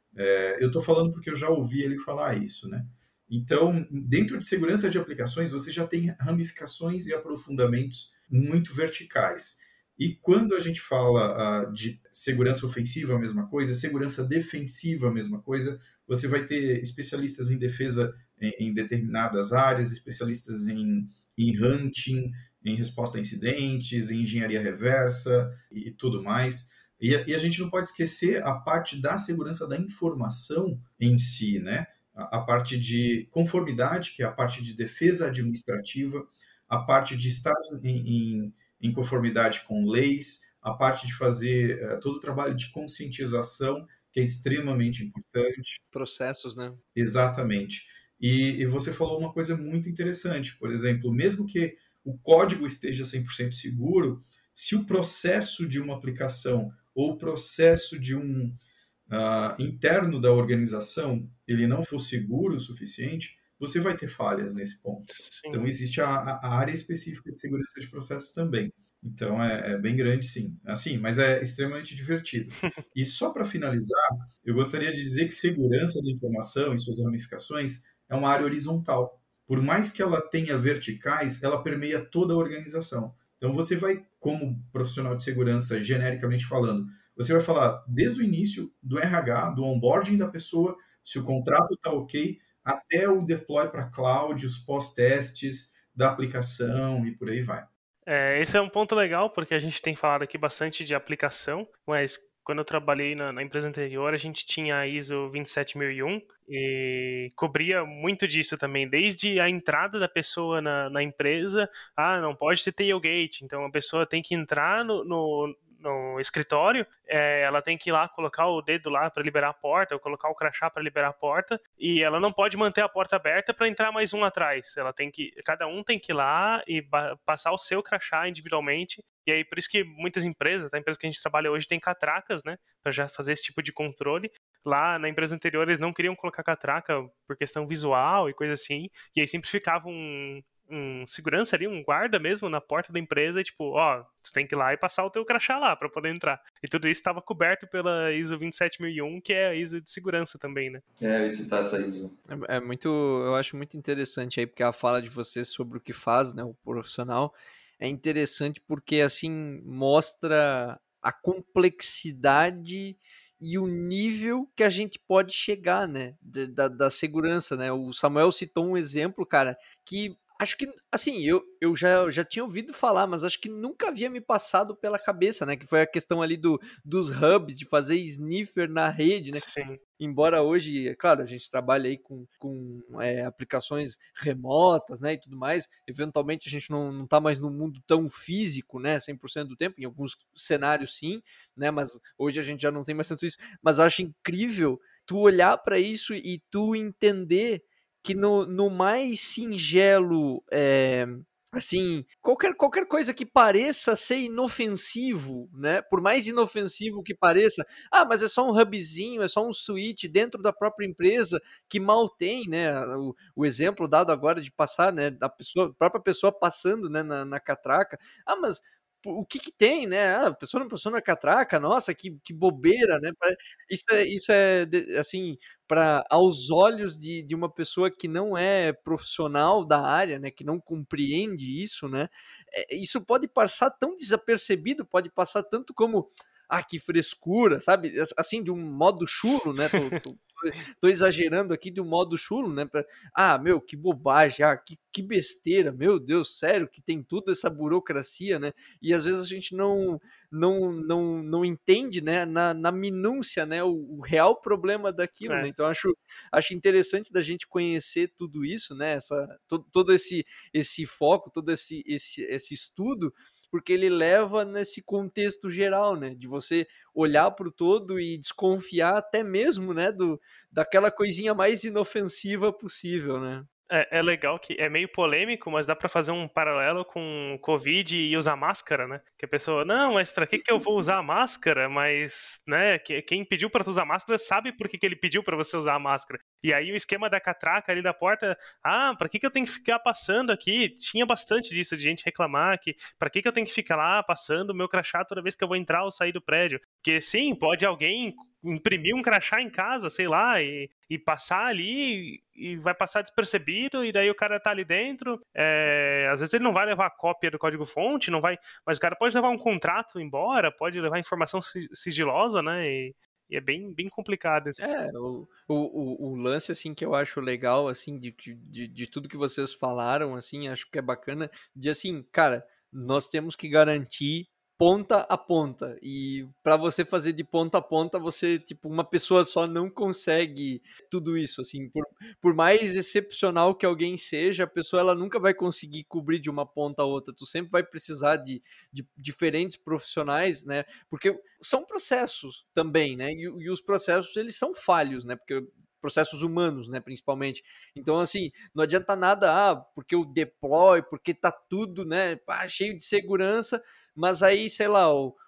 É, eu estou falando porque eu já ouvi ele falar isso, né? Então, dentro de segurança de aplicações, você já tem ramificações e aprofundamentos muito verticais. E quando a gente fala uh, de segurança ofensiva, a mesma coisa, segurança defensiva, a mesma coisa, você vai ter especialistas em defesa em, em determinadas áreas, especialistas em, em hunting, em resposta a incidentes, em engenharia reversa e, e tudo mais. E a, e a gente não pode esquecer a parte da segurança da informação em si, né? A, a parte de conformidade, que é a parte de defesa administrativa, a parte de estar em, em, em conformidade com leis, a parte de fazer uh, todo o trabalho de conscientização, que é extremamente importante. Processos, né? Exatamente. E, e você falou uma coisa muito interessante, por exemplo, mesmo que o código esteja cem por cento seguro, se o processo de uma aplicação ou o processo de um uh, interno da organização ele não for seguro o suficiente, você vai ter falhas nesse ponto. Sim. Então, existe a, a área específica de segurança de processos também. Então é, é bem grande, sim. Assim, mas é extremamente divertido. E só para finalizar, eu gostaria de dizer que segurança da informação e suas ramificações é uma área horizontal. Por mais que ela tenha verticais, ela permeia toda a organização. Então você vai, como profissional de segurança, genericamente falando, você vai falar desde o início do R H, do onboarding da pessoa, se o contrato está ok, até o deploy para cloud, os pós-testes da aplicação e por aí vai. É, esse é um ponto legal, porque a gente tem falado aqui bastante de aplicação, mas quando eu trabalhei na, na empresa anterior, a gente tinha a ISO vinte e sete mil e um e cobria muito disso também, desde a entrada da pessoa na, na empresa. Ah, não pode ter tailgate, então a pessoa tem que entrar no, no, no escritório, é, ela tem que ir lá colocar o dedo lá para liberar a porta, ou colocar o crachá para liberar a porta, e ela não pode manter a porta aberta para entrar mais um atrás. Ela tem que, cada um tem que ir lá e passar o seu crachá individualmente. E aí, por isso que muitas empresas, a empresa que a gente trabalha hoje tem catracas, né, para já fazer esse tipo de controle. Lá na empresa anterior eles não queriam colocar catraca por questão visual e coisa assim, e aí sempre ficava um, um segurança ali, um guarda mesmo na porta da empresa, e tipo, ó, tu tem que ir lá e passar o teu crachá lá para poder entrar. E tudo isso estava coberto pela ISO vinte e sete mil e um, que é a ISO de segurança também, né? É, eu ia citar essa ISO. É, é muito, eu acho muito interessante aí, porque a fala de vocês sobre o que faz, né, o profissional, é interessante porque, assim, mostra a complexidade e o nível que a gente pode chegar, né, da, da segurança, né? O Samuel citou um exemplo, cara, que acho que, assim, eu, eu já, já tinha ouvido falar, mas acho que nunca havia me passado pela cabeça, né? Que foi a questão ali do, dos hubs, de fazer sniffer na rede, né? Sim. Embora hoje, é claro, a gente trabalha aí com, com é, aplicações remotas, né, e tudo mais, eventualmente a gente não, não tá mais num mundo tão físico, né, cem por cento do tempo, em alguns cenários sim, né, mas hoje a gente já não tem mais tanto isso, mas eu acho incrível tu olhar para isso e tu entender que no, no mais singelo, é, assim, qualquer, qualquer coisa que pareça ser inofensivo, né? Por mais inofensivo que pareça, ah, mas é só um hubzinho, é só um switch dentro da própria empresa que mal tem, né? O, o exemplo dado agora de passar, né? Da pessoa, a própria pessoa passando, né? Na, na catraca. Ah, mas o que que tem, né? Ah, a pessoa não passou na catraca, nossa, que, que bobeira, né? Isso é, isso é assim, para aos olhos de, de uma pessoa que não é profissional da área, né, que não compreende isso, né, é, isso pode passar tão desapercebido, pode passar tanto como, ah, que frescura, sabe, assim, de um modo chulo, né, tô, tô, tô exagerando aqui de um modo chulo, né, pra, ah, meu, que bobagem, ah, que, que besteira, meu Deus, sério, que tem toda essa burocracia, né, e às vezes a gente não não, não, não entende, né, na, na minúcia, né, o, o real problema daquilo, É. né? Então acho, acho interessante da gente conhecer tudo isso, né, essa, todo, todo esse, esse foco, todo esse, esse, esse estudo, porque ele leva nesse contexto geral, né, de você olhar para o todo e desconfiar até mesmo, né, do, daquela coisinha mais inofensiva possível, né. É, é legal que é meio polêmico, mas dá pra fazer um paralelo com o Covid e usar máscara, né? Que a pessoa, não, mas pra que que eu vou usar a máscara? Mas, né, que- quem pediu pra tu usar máscara sabe por que que ele pediu pra você usar a máscara. E aí o esquema da catraca ali da porta, ah, pra que que eu tenho que ficar passando aqui? Tinha bastante disso, de gente reclamar que pra que que eu tenho que ficar lá passando o meu crachá toda vez que eu vou entrar ou sair do prédio? Porque sim, pode alguém imprimir um crachá em casa, sei lá, e, e passar ali e vai passar despercebido, e daí o cara tá ali dentro, é, às vezes ele não vai levar a cópia do código-fonte, não vai, mas o cara pode levar um contrato embora, pode levar informação sigilosa, né, e, e é bem, bem complicado isso. É, o, o, o, o lance, assim, que eu acho legal, assim, de, de, de tudo que vocês falaram, assim, acho que é bacana, de, assim, cara, nós temos que garantir ponta a ponta, e para você fazer de ponta a ponta, você, tipo, uma pessoa só não consegue tudo isso, assim, por, por mais excepcional que alguém seja, a pessoa, ela nunca vai conseguir cobrir de uma ponta a outra, tu sempre vai precisar de, de diferentes profissionais, né, porque são processos também, né, e, e os processos, eles são falhos, né, porque processos humanos, né, principalmente. Então, assim, não adianta nada, ah, porque o deploy, porque tá tudo, né, pá, cheio de segurança, mas aí, sei lá, o,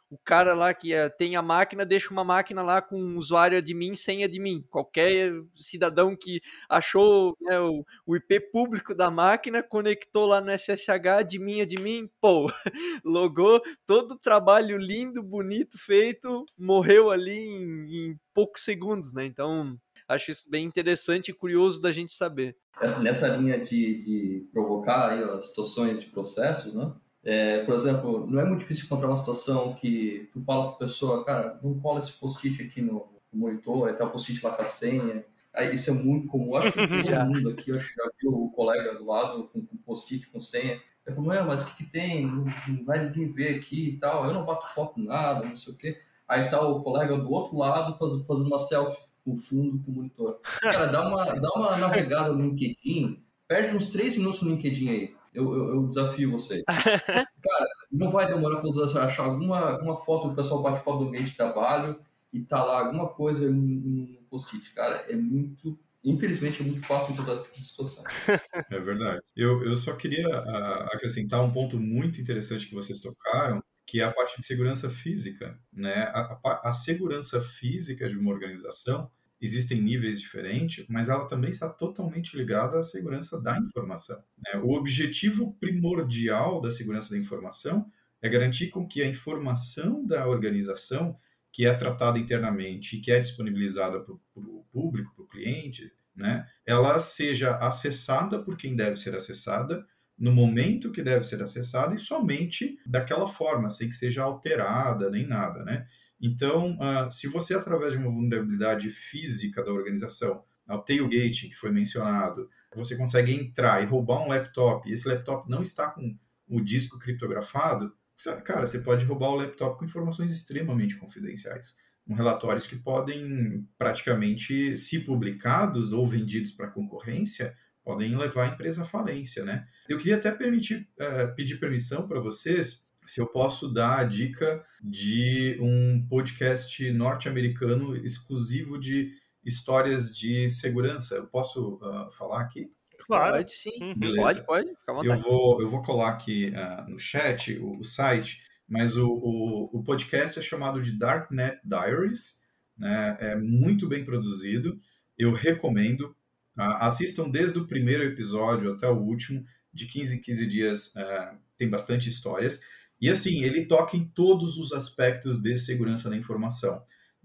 o cara lá que é, tem a máquina, deixa uma máquina lá com um usuário admin, senha de mim. Qualquer cidadão que achou, né, o, o I P público da máquina, conectou lá no S S H, admin, admin, pô, logou, todo o trabalho lindo, bonito, feito, morreu ali em, em poucos segundos, né? Então, acho isso bem interessante e curioso da gente saber. Essa, nessa linha de, de provocar aí as situações de processos, né? É, por exemplo, não é muito difícil encontrar uma situação que tu fala para a pessoa, cara, não cola esse post-it aqui no, no monitor, aí tá o post-it lá com a senha. Aí, isso é muito comum. Acho que todo mundo aqui, acho que já viu o colega do lado com, com post-it com senha. Eu falo, não, mas o que, que tem? Não, não vai ninguém ver aqui e tal. Eu não bato foto em nada, não sei o quê. Aí tá o colega do outro lado faz, fazendo uma selfie com o fundo, com o monitor. Cara, dá uma, dá uma navegada no LinkedIn, perde uns três minutos no LinkedIn aí. Eu, eu, eu desafio vocês. Cara, não vai demorar para você achar alguma, alguma foto, o pessoal bate foto do ambiente de trabalho e tá lá alguma coisa em um post-it. Cara, é muito... Infelizmente, é muito fácil encontrar esse tipo de situação. É verdade. Eu, eu só queria uh, acrescentar um ponto muito interessante que vocês tocaram, que é a parte de segurança física, né? A, a, a segurança física de uma organização, existem níveis diferentes, mas ela também está totalmente ligada à segurança da informação, né? O objetivo primordial da segurança da informação é garantir com que a informação da organização, que é tratada internamente e que é disponibilizada para o público, para o cliente, né, ela seja acessada por quem deve ser acessada, no momento que deve ser acessada e somente daquela forma, sem que seja alterada nem nada, né? Então, uh, se você, através de uma vulnerabilidade física da organização, o tailgating que foi mencionado, você consegue entrar e roubar um laptop, e esse laptop não está com o disco criptografado, sabe, cara, você pode roubar o laptop com informações extremamente confidenciais, com relatórios que podem praticamente, se publicados ou vendidos para a concorrência, podem levar a empresa à falência, né? Eu queria até permitir, uh, pedir permissão para vocês, se eu posso dar a dica de um podcast norte-americano exclusivo de histórias de segurança. Eu posso uh, falar aqui? Claro. Pode sim. Beleza. Pode, pode. Fica à vontade. Eu vou, eu vou colar aqui uh, no chat o, o site, mas o, o, o podcast é chamado de Darknet Diaries, né? É muito bem produzido. Eu recomendo. Uh, assistam desde o primeiro episódio até o último, de quinze em quinze dias, uh, tem bastante histórias. E assim, ele toca em todos os aspectos de segurança da informação.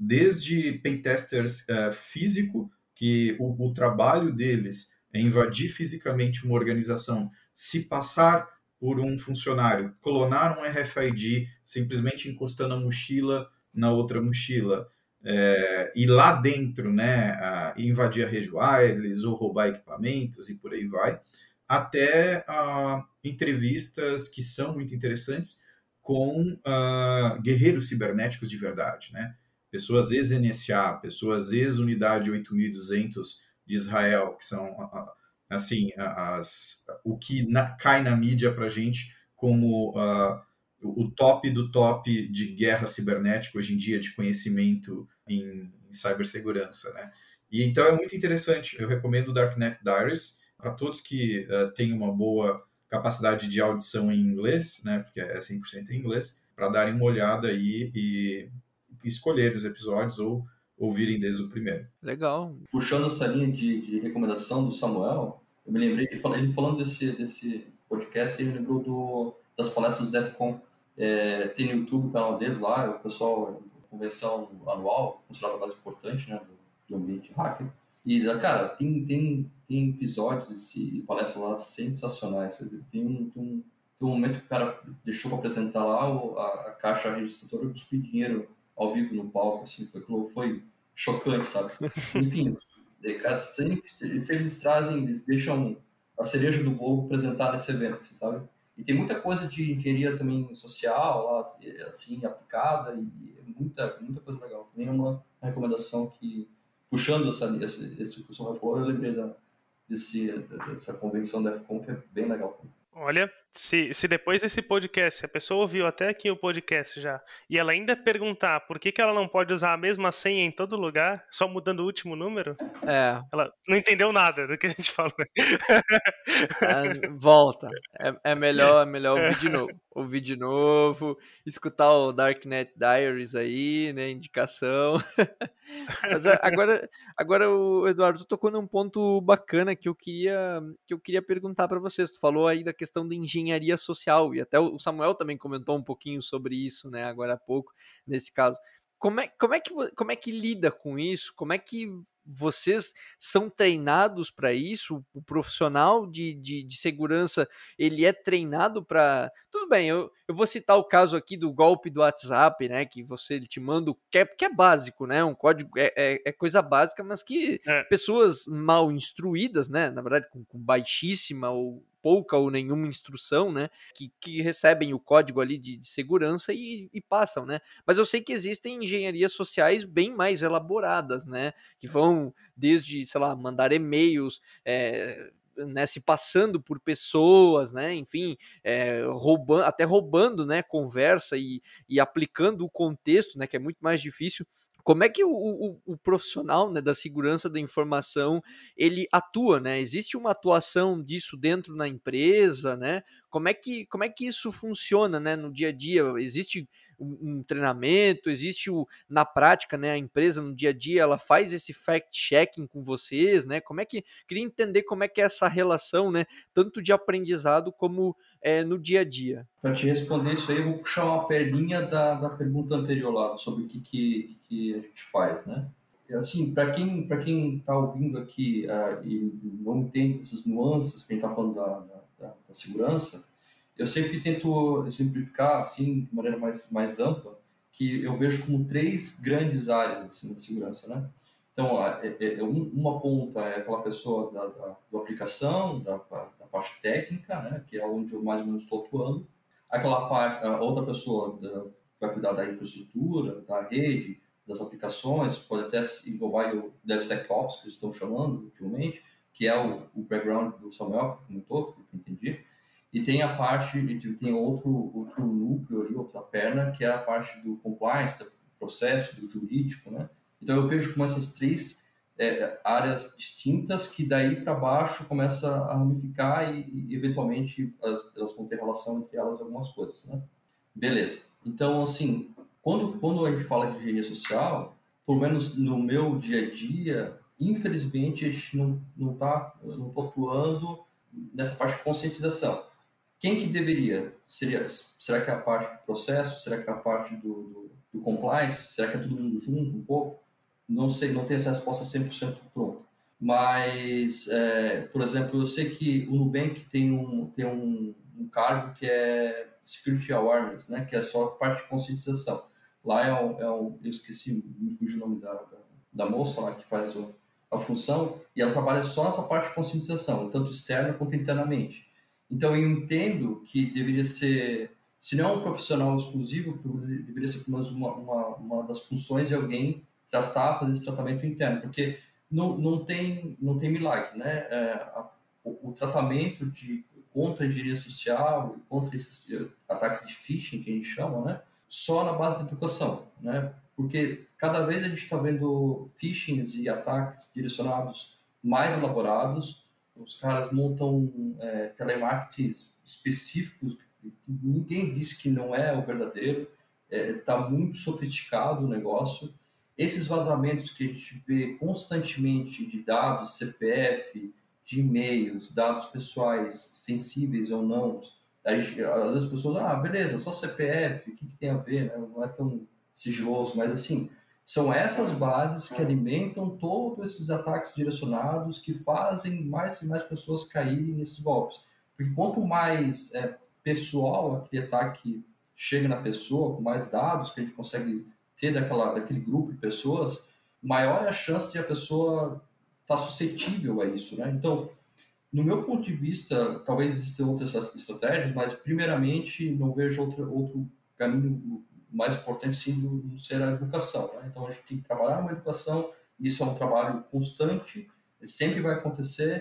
Desde pentesters uh, físico, que o, o trabalho deles é invadir fisicamente uma organização, se passar por um funcionário, clonar um R F I D, simplesmente encostando a mochila na outra mochila, é, e lá dentro, né, uh, invadir a rede wireless ou roubar equipamentos e por aí vai, até uh, entrevistas que são muito interessantes com uh, guerreiros cibernéticos de verdade, né? Pessoas ex-N S A, pessoas ex-Unidade oito mil e duzentos de Israel, que são uh, assim, as, o que na, cai na mídia para a gente como uh, o top do top de guerra cibernética hoje em dia, de conhecimento em, em cibersegurança, né? E então é muito interessante. Eu recomendo o Darknet Diaries para todos que uh, têm uma boa capacidade de audição em inglês, né, porque é cem por cento em inglês, para darem uma olhada aí e escolherem os episódios ou ouvirem desde o primeiro. Legal. Puxando essa linha de, de recomendação do Samuel, eu me lembrei, ele falando desse, desse podcast, ele me lembrou do, das palestras do DEFCON. É, tem no YouTube o canal deles lá, o pessoal, convenção anual, considerada a mais importante, né, do, do ambiente hacker. E, cara, tem, tem, tem episódios e palestras lá sensacionais. Tem um, tem, um, tem um momento que o cara deixou para apresentar lá a, a caixa registradora e cuspir dinheiro ao vivo no palco, assim, foi, foi chocante, sabe? Enfim, cara, sempre, sempre eles trazem, eles deixam a cereja do bolo apresentar nesse evento, assim, sabe? E tem muita coisa de engenharia também social lá, assim, aplicada, e muita, muita coisa legal. Também é uma recomendação que, puxando essa, esse, esse que o senhor falou, eu lembrei da, desse, dessa convenção da DEFCON, que é bem legal. Olha, se, se depois desse podcast, se a pessoa ouviu até aqui o podcast já, e ela ainda perguntar por que, que ela não pode usar a mesma senha em todo lugar, só mudando o último número, É, ela não entendeu nada do que a gente falou. ah, volta. É, é melhor, é melhor É. ouvir de novo. Ouvir de novo, escutar o Darknet Diaries aí, né? Indicação. Mas a- agora, agora o Eduardo tu tocou num ponto bacana que eu queria, que eu queria perguntar para vocês. Tu falou aí da questão da engenharia social e até o Samuel também comentou um pouquinho sobre isso, né? Agora há pouco, nesse caso. Como é, como é que, vo- como é que lida com isso? Como é que vocês são treinados para isso? O profissional de, de, de segurança, ele é treinado para... Tudo bem, eu, eu vou citar o caso aqui do golpe do WhatsApp, né? Que você ele te manda o que é, que é básico, né? Um código é, é, é coisa básica, mas que É. pessoas mal instruídas, né? Na verdade, com, com baixíssima ou pouca ou nenhuma instrução, né? Que, que recebem o código ali de, de segurança e, e passam, né? Mas eu sei que existem engenharias sociais bem mais elaboradas, né? Que vão desde, sei lá, mandar e-mails, é, né, se passando por pessoas, né, enfim, é, roubando, até roubando, né, conversa e, e aplicando o contexto, né, que é muito mais difícil. Como é que o, o, o profissional, né, da segurança da informação ele atua, né? Existe uma atuação disso dentro da empresa, né? Como é que, como é que isso funciona, né, no dia a dia? Existe um, um treinamento, existe o, na prática, né, a empresa no dia a dia, ela faz esse fact-checking com vocês, né? Como é que, queria entender como é que é essa relação, né, tanto de aprendizado como é, no dia a dia. Para te responder isso aí, eu vou puxar uma perninha da, da pergunta anterior lá, sobre o que, que, que a gente faz, né? Assim, para quem para quem está ouvindo aqui uh, e não entende essas nuances que a gente está falando da, da, da segurança, eu sempre tento exemplificar, assim, de maneira mais, mais ampla, que eu vejo como três grandes áreas assim, de segurança, né? Então, é, é, uma ponta é aquela pessoa da, da, da aplicação, da, da parte técnica, né? Que é onde eu mais ou menos estou atuando. Aquela parte, a outra pessoa da, vai cuidar da infraestrutura, da rede, das aplicações, pode até englobar o DevSecOps, que eles estão chamando ultimamente, que é o, o background do Samuel, que comentou, que eu entendi. E tem a parte, tem outro, outro núcleo ali, outra perna, que é a parte do compliance, do processo, do jurídico, né? Então eu vejo como essas três é, áreas distintas que daí para baixo começa a ramificar e, e eventualmente elas vão ter relação entre elas algumas coisas, né? Beleza. Então, assim, quando, quando a gente fala de engenharia social, pelo menos no meu dia a dia, infelizmente a gente não não tá, não tô atuando nessa parte de conscientização. Quem que deveria? Seria, será que é a parte do processo? Será que é a parte do, do, do compliance? Será que é todo mundo junto um pouco? Não sei, não tenho essa resposta cem por cento pronta. Mas, é, por exemplo, eu sei que o Nubank tem um, tem um, um cargo que é Security Awareness, né? Que é só a parte de conscientização. Lá é um, é um eu esqueci, me fugiu o nome da, da, da moça lá que faz o, a função, e ela trabalha só nessa parte de conscientização, tanto externa quanto internamente. Então, eu entendo que deveria ser, se não um profissional exclusivo, deveria ser pelo menos uma, uma, uma das funções de alguém tratar, fazer esse tratamento interno, porque não, não, tem, não tem milagre, né? É, a, o, o tratamento de, contra a engenharia social e contra esses ataques de phishing, que a gente chama, né? Só na base da educação, né? Porque cada vez a gente está vendo phishings e ataques direcionados mais elaborados. Os caras montam é, telemarketings específicos, ninguém disse que não é o verdadeiro, está é, muito sofisticado o negócio. Esses vazamentos que a gente vê constantemente de dados, C P F, de e-mails, dados pessoais sensíveis ou não, a gente, às vezes as pessoas, ah, beleza, só C P F, o que, que tem a ver, né? Não é tão sigiloso, mas assim, são essas bases que alimentam todos esses ataques direcionados que fazem mais e mais pessoas caírem nesses golpes. Porque quanto mais é, pessoal aquele ataque chega na pessoa, com mais dados que a gente consegue ter daquela, daquele grupo de pessoas, maior é a chance de a pessoa estar suscetível a isso, né? Então, no meu ponto de vista, talvez existam outras estratégias, mas primeiramente não vejo outro, outro caminho mais importante sim do ser a educação, né? Então a gente tem que trabalhar uma educação, isso é um trabalho constante, sempre vai acontecer,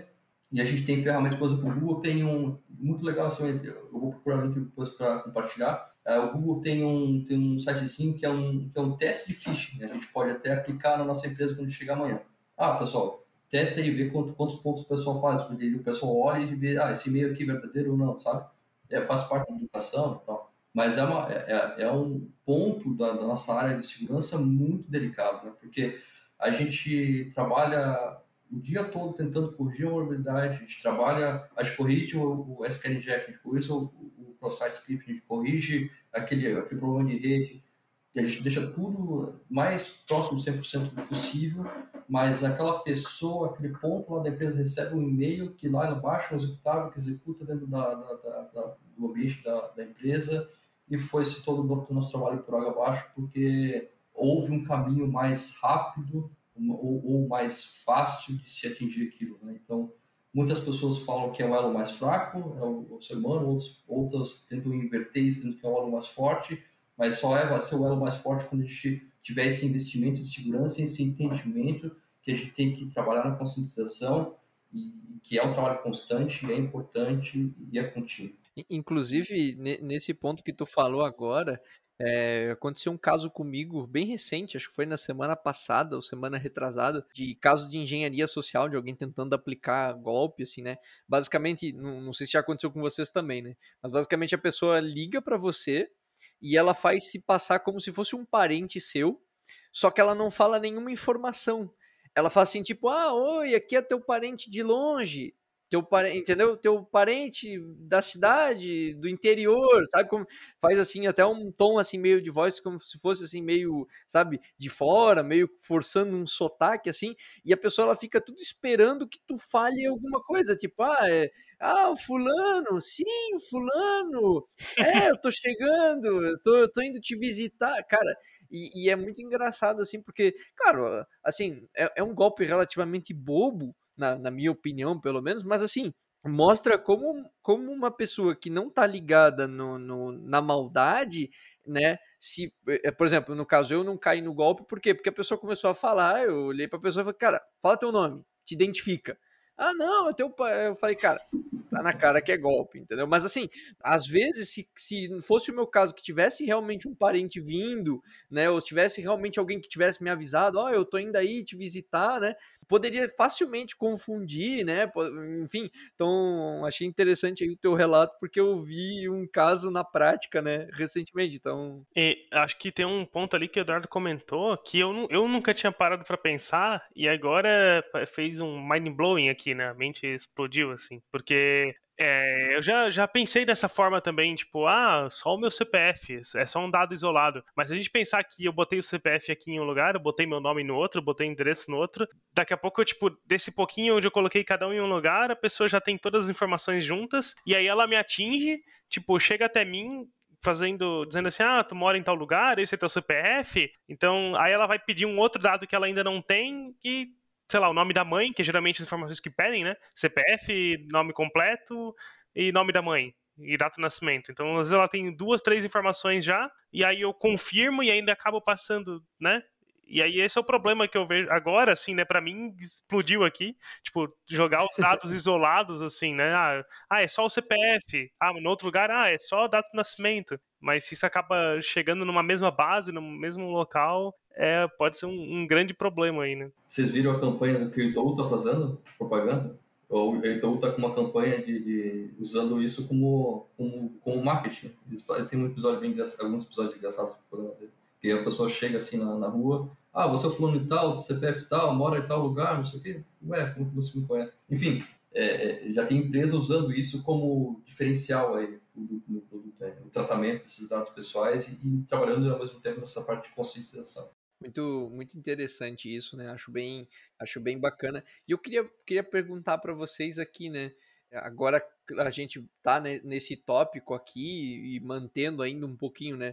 E a gente tem ferramentas, por exemplo, o Google tem um, muito legal, assim, eu vou procurar o link depois para compartilhar. Uh, o Google tem um, tem um sitezinho que é um, que é um teste de phishing, né? A gente pode até aplicar na nossa empresa quando chegar amanhã. Ah, pessoal, testa aí, vê quanto, quantos pontos o pessoal faz, porque o pessoal olha e vê, ah, esse e-mail aqui é verdadeiro ou não, sabe? É, faz parte da educação e tal. Mas é, uma, é, é um ponto da, da nossa área de segurança muito delicado, né? Porque a gente trabalha o dia todo tentando corrigir a vulnerabilidade, a gente trabalha, a gente corrige o, o S Q L Inject, a gente corrige o, o cross-site script, a gente corrige aquele, aquele problema de rede, e a gente deixa tudo mais próximo de cem por cento possível, mas aquela pessoa, aquele ponto lá da empresa recebe um e-mail que lá ela baixa um executável que executa dentro da, da, da, da, do ambiente da, da empresa, e foi-se todo o nosso trabalho por água abaixo, porque houve um caminho mais rápido ou, ou mais fácil de se atingir aquilo, né? Então, muitas pessoas falam que é o elo mais fraco, é o, o ser humano, outros, outras tentam inverter isso, dizendo que é o elo mais forte, mas só é, vai ser o elo mais forte quando a gente tiver esse investimento de segurança, esse entendimento que a gente tem que trabalhar na conscientização, e que é um trabalho constante, é importante e é contínuo. Inclusive, nesse ponto que tu falou agora, é, aconteceu um caso comigo bem recente, acho que foi na semana passada ou semana retrasada, de caso de engenharia social, de alguém tentando aplicar golpe, assim, né? Basicamente, não, não sei se já aconteceu com vocês também, né? Mas basicamente a pessoa liga pra você e ela faz se passar como se fosse um parente seu, só que ela não fala nenhuma informação. Ela fala assim, tipo, ah, oi, aqui é teu parente de longe. Teu parente, entendeu? Teu parente da cidade, do interior, sabe? Como faz assim, até um tom assim, meio de voz, como se fosse assim, meio, sabe, de fora, meio forçando um sotaque, assim, e a pessoa ela fica tudo esperando que tu fale alguma coisa, tipo, ah, é, ah, o fulano, sim, o fulano, é, eu tô chegando, eu tô, eu tô indo te visitar, cara. E, e é muito engraçado, assim, porque, claro, assim, é, é um golpe relativamente bobo, na, na minha opinião, pelo menos, mas assim, mostra como, como uma pessoa que não tá ligada no, no, na maldade, né, se, por exemplo, no caso, eu não caí no golpe, por quê? Porque a pessoa começou a falar, eu olhei pra pessoa e falei, cara, fala teu nome, te identifica. Ah, não, é teu pai. Eu falei, cara, tá na cara que é golpe, entendeu? Mas assim, às vezes, se, se fosse o meu caso, que tivesse realmente um parente vindo, né, ou tivesse realmente alguém que tivesse me avisado, ó, oh, eu tô indo aí te visitar, né, poderia facilmente confundir, né, enfim, então achei interessante aí o teu relato, porque eu vi um caso na prática, né, recentemente, então... E acho que tem um ponto ali que o Eduardo comentou, que eu, eu nunca tinha parado pra pensar, e agora fez um mind-blowing aqui, né, a mente explodiu, assim, porque... É, eu já, já pensei dessa forma também, tipo, ah, só o meu C P F, é só um dado isolado. Mas se a gente pensar que eu botei o C P F aqui em um lugar, eu botei meu nome no outro, eu botei endereço no outro, daqui a pouco, eu, tipo, desse pouquinho onde eu coloquei cada um em um lugar, a pessoa já tem todas as informações juntas, e aí ela me atinge, tipo, chega até mim, fazendo, dizendo assim, ah, tu mora em tal lugar, esse é teu C P F, então aí ela vai pedir um outro dado que ela ainda não tem, e sei lá, o nome da mãe, que é geralmente as informações que pedem, né? C P F, nome completo e nome da mãe. E data de nascimento. Então, às vezes ela tem duas, três informações já, e aí eu confirmo e ainda acabo passando, né? E aí esse é o problema que eu vejo agora, assim, né? Pra mim, explodiu aqui. Tipo, jogar os dados isolados, assim, né? Ah, ah, é só o C P F. Ah, no outro lugar, ah, é só a data de nascimento. Mas se isso acaba chegando numa mesma base, no mesmo local, é, pode ser um, um grande problema aí, né? Vocês viram a campanha que o Itaú tá fazendo? Propaganda? O Itaú tá com uma campanha de, de usando isso como, como, como marketing. Tem um episódio bem engraçado, alguns episódios engraçados do programa dele. Que a pessoa chega assim na, na rua, ah, você é fulano e tal, do C P F tal, mora em tal lugar, não sei o quê. Ué, como que você me conhece? Enfim, é, é, já tem empresa usando isso como diferencial aí do, do, do, do, do tratamento desses dados pessoais e, e trabalhando ao mesmo tempo nessa parte de conscientização. Muito, muito interessante isso, né? Acho bem, acho bem bacana. E eu queria, queria perguntar para vocês aqui, né? Agora a gente tá, né, nesse tópico aqui e mantendo ainda um pouquinho, né?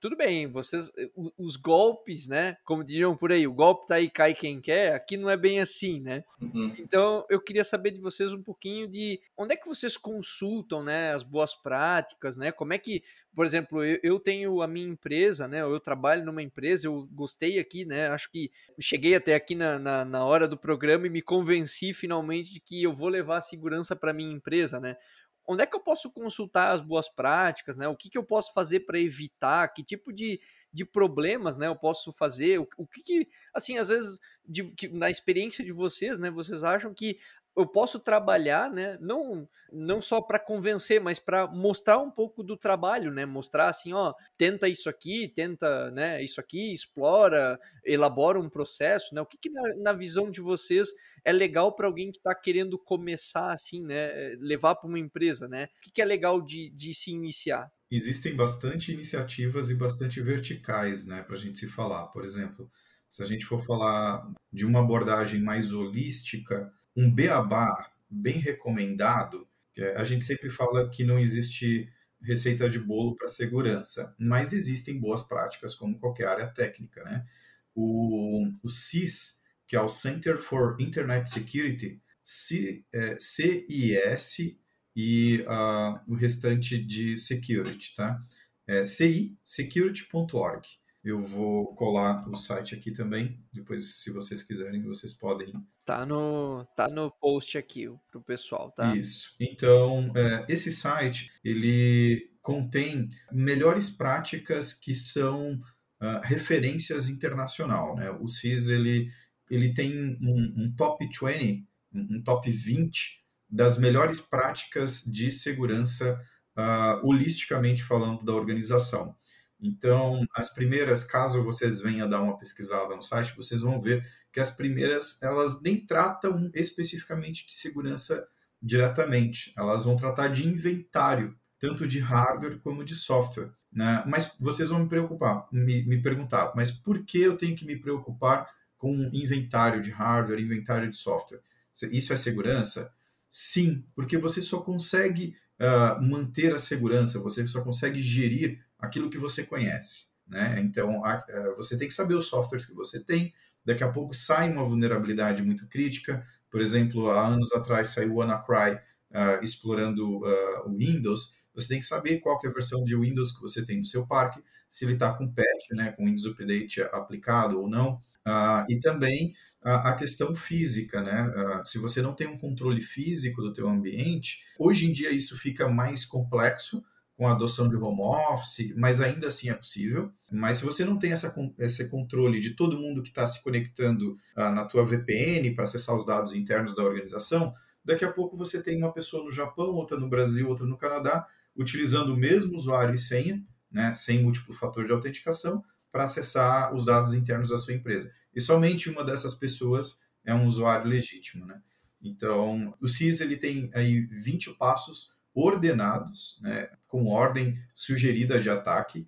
tudo bem, vocês, os golpes, né, como diriam por aí, o golpe tá aí, cai quem quer, aqui não é bem assim, né? Uhum. Então, eu queria saber de vocês um pouquinho de onde é que vocês consultam, né, as boas práticas, né? Como é que, por exemplo, eu, eu tenho a minha empresa, né? Eu trabalho numa empresa, eu gostei aqui, né? Acho que cheguei até aqui na, na, na hora do programa e me convenci finalmente de que eu vou levar a segurança para minha empresa, né? Onde é que eu posso consultar as boas práticas, né? O que, que eu posso fazer para evitar? Que tipo de, de problemas, né, eu posso fazer? O, o que, que, assim, às vezes, de, que, na experiência de vocês, né, vocês acham que eu posso trabalhar, né, não, não só para convencer, mas para mostrar um pouco do trabalho, né, mostrar assim, ó, tenta isso aqui, tenta, né, isso aqui, explora, elabora um processo, né? O que, que na, na visão de vocês é legal para alguém que está querendo começar assim, né, levar para uma empresa, né? O que, que é legal de, de se iniciar? Existem bastante iniciativas e bastante verticais, né, para a gente se falar. Por exemplo, se a gente for falar de uma abordagem mais holística, um beabá bem recomendado, a gente sempre fala que não existe receita de bolo para segurança, mas existem boas práticas como qualquer área técnica, né? O, o C I S, que é o Center for Internet Security, C, é, C I S e uh, o restante de security, tá? É c i security ponto org. Eu vou colar o site aqui também, depois, se vocês quiserem, vocês podem... Tá no, tá no post aqui pro pessoal, tá? Isso. Então, é, esse site, ele contém melhores práticas que são uh, referências internacional, né? O C I S, ele, ele tem um, um top vinte, um, um top vinte das melhores práticas de segurança, uh, holisticamente falando, da organização. Então, as primeiras, caso vocês venham dar uma pesquisada no site, vocês vão ver que as primeiras, elas nem tratam especificamente de segurança diretamente, elas vão tratar de inventário, tanto de hardware como de software, né? Mas vocês vão me preocupar, me, me perguntar, mas por que eu tenho que me preocupar com inventário de hardware, inventário de software? Isso é segurança? Sim, porque você só consegue uh, manter a segurança, você só consegue gerir aquilo que você conhece, né? Então, a, a, você tem que saber os softwares que você tem. Daqui a pouco sai uma vulnerabilidade muito crítica. Por exemplo, há anos atrás saiu o WannaCry uh, explorando uh, o Windows. Você tem que saber qual que é a versão de Windows que você tem no seu parque, se ele está com patch, né, com Windows Update aplicado ou não. Uh, e também a, a questão física, né? Uh, se você não tem um controle físico do teu ambiente, hoje em dia isso fica mais complexo, com a adoção de home office, mas ainda assim é possível. Mas se você não tem essa, esse controle de todo mundo que está se conectando uh, na tua V P N para acessar os dados internos da organização, daqui a pouco você tem uma pessoa no Japão, outra no Brasil, outra no Canadá, utilizando o mesmo usuário e senha, né, sem múltiplo fator de autenticação, para acessar os dados internos da sua empresa. E somente uma dessas pessoas é um usuário legítimo, né? Então, o C I S ele tem aí vinte passos ordenados, né, com ordem sugerida de ataque,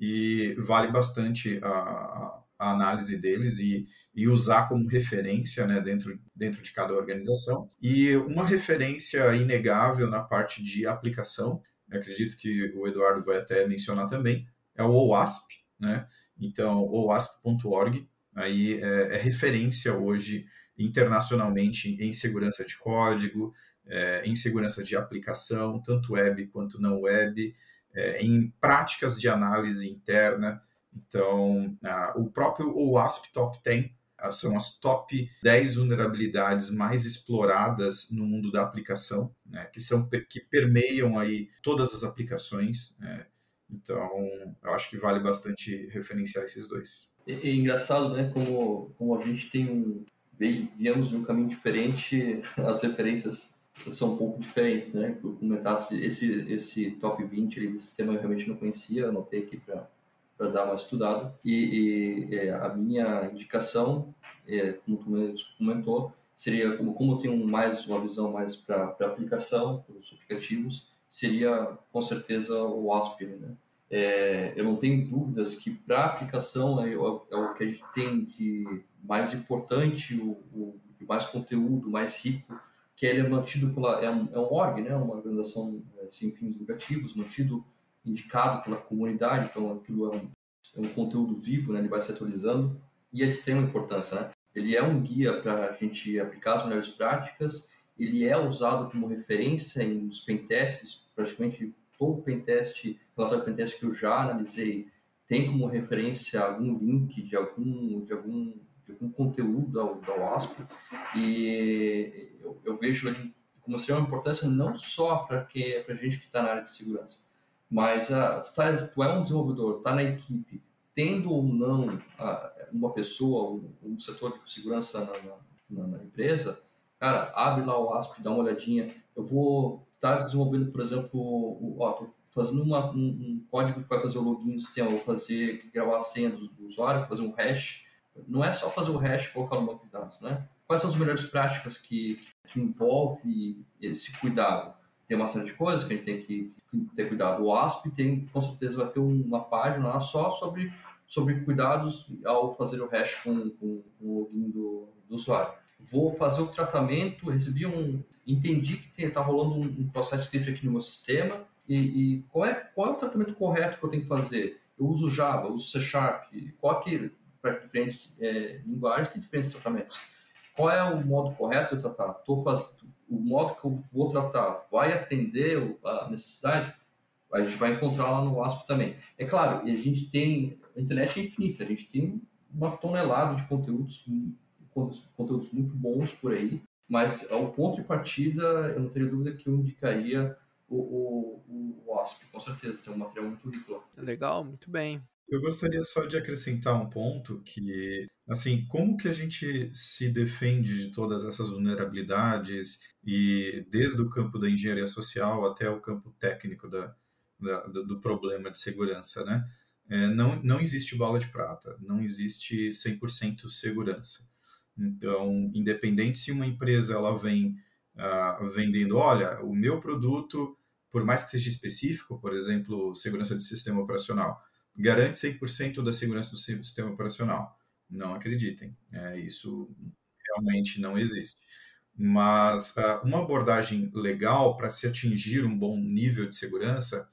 e vale bastante a, a análise deles e, e usar como referência, né, dentro, dentro de cada organização. E uma referência inegável na parte de aplicação, acredito que o Eduardo vai até mencionar também, é o OWASP, né? Então, o wasp ponto org, aí é, é referência hoje internacionalmente em segurança de código, É, em segurança de aplicação, tanto web quanto não web, é, em práticas de análise interna. Então, a, o próprio OWASP Top dez a, são as top dez vulnerabilidades mais exploradas no mundo da aplicação, né, que, são, que permeiam aí todas as aplicações, né. Então, eu acho que vale bastante referenciar esses dois. É, é engraçado, né, como, como a gente tem um... viemos de um caminho diferente, as referências são um pouco diferentes, né? Eu comentasse esse esse top vinte de sistema eu realmente não conhecia, anotei aqui para dar uma estudada. E, e é, a minha indicação, é, como tu mesmo comentou, seria como como eu tenho mais uma visão mais para para aplicação, para os aplicativos, seria com certeza o WASP, né? É, eu não tenho dúvidas que para aplicação é, é o que a gente tem de mais importante, o, o mais conteúdo, mais rico, que ele é mantido pela é um, é um org, né, uma organização é, sem fins lucrativos, mantido indicado pela comunidade, então aquilo é um, é um conteúdo vivo, né? Ele vai se atualizando e é de extrema importância, né? Ele é um guia para a gente aplicar as melhores práticas, ele é usado como referência em os pentests, praticamente todo pentest, relatório pentest que eu já analisei, tem como referência algum link de algum, de algum, de algum conteúdo da, da O A S P, e eu, eu vejo ele como ser uma importância não só para a gente que está na área de segurança, mas uh, tu, tá, tu é um desenvolvedor, está na equipe, tendo ou não uh, uma pessoa, um, um setor de segurança na, na, na empresa, cara, abre lá o O A S P, dá uma olhadinha. Eu vou estar tá desenvolvendo, por exemplo, o, ó, tô fazendo uma, um, um código que vai fazer o login do sistema, vou fazer, gravar a senha do, do usuário, fazer um hash. Não é só fazer o hash e colocar no banco de dados, né? Quais são as melhores práticas que, que envolve esse cuidado? Tem uma série de coisas que a gente tem que, que ter cuidado. O O A S P tem, com certeza, vai ter uma página lá só sobre, sobre cuidados ao fazer o hash com, com, com o login do, do usuário. Vou fazer o tratamento, recebi um... Entendi que está rolando um, um cross-site script aqui no meu sistema e, e qual, é, qual é o tratamento correto que eu tenho que fazer? Eu uso Java, eu uso C Sharp, qual que, para diferentes é, linguagens, tem diferentes tratamentos. Qual é o modo correto de tratar? Tô faz... O modo que eu vou tratar vai atender a necessidade? A gente vai encontrar lá no O A S P também. É claro, a gente tem... A internet é infinita, a gente tem uma tonelada de conteúdos conteúdos muito bons por aí, mas ao ponto de partida, eu não teria dúvida que eu indicaria o, o, o O A S P, com certeza, tem um material muito rico lá. Legal, muito bem. Eu gostaria só de acrescentar um ponto que, assim, como que a gente se defende de todas essas vulnerabilidades e desde o campo da engenharia social até o campo técnico da, da, do problema de segurança, né? É, não, não existe bala de prata, não existe cem por cento segurança. Então, independente se uma empresa ela vem uh, vendendo, olha, o meu produto, por mais que seja específico, por exemplo, segurança de sistema operacional, garante cem por cento da segurança do sistema operacional. Não acreditem, é, isso realmente não existe. Mas uh, uma abordagem legal para se atingir um bom nível de segurança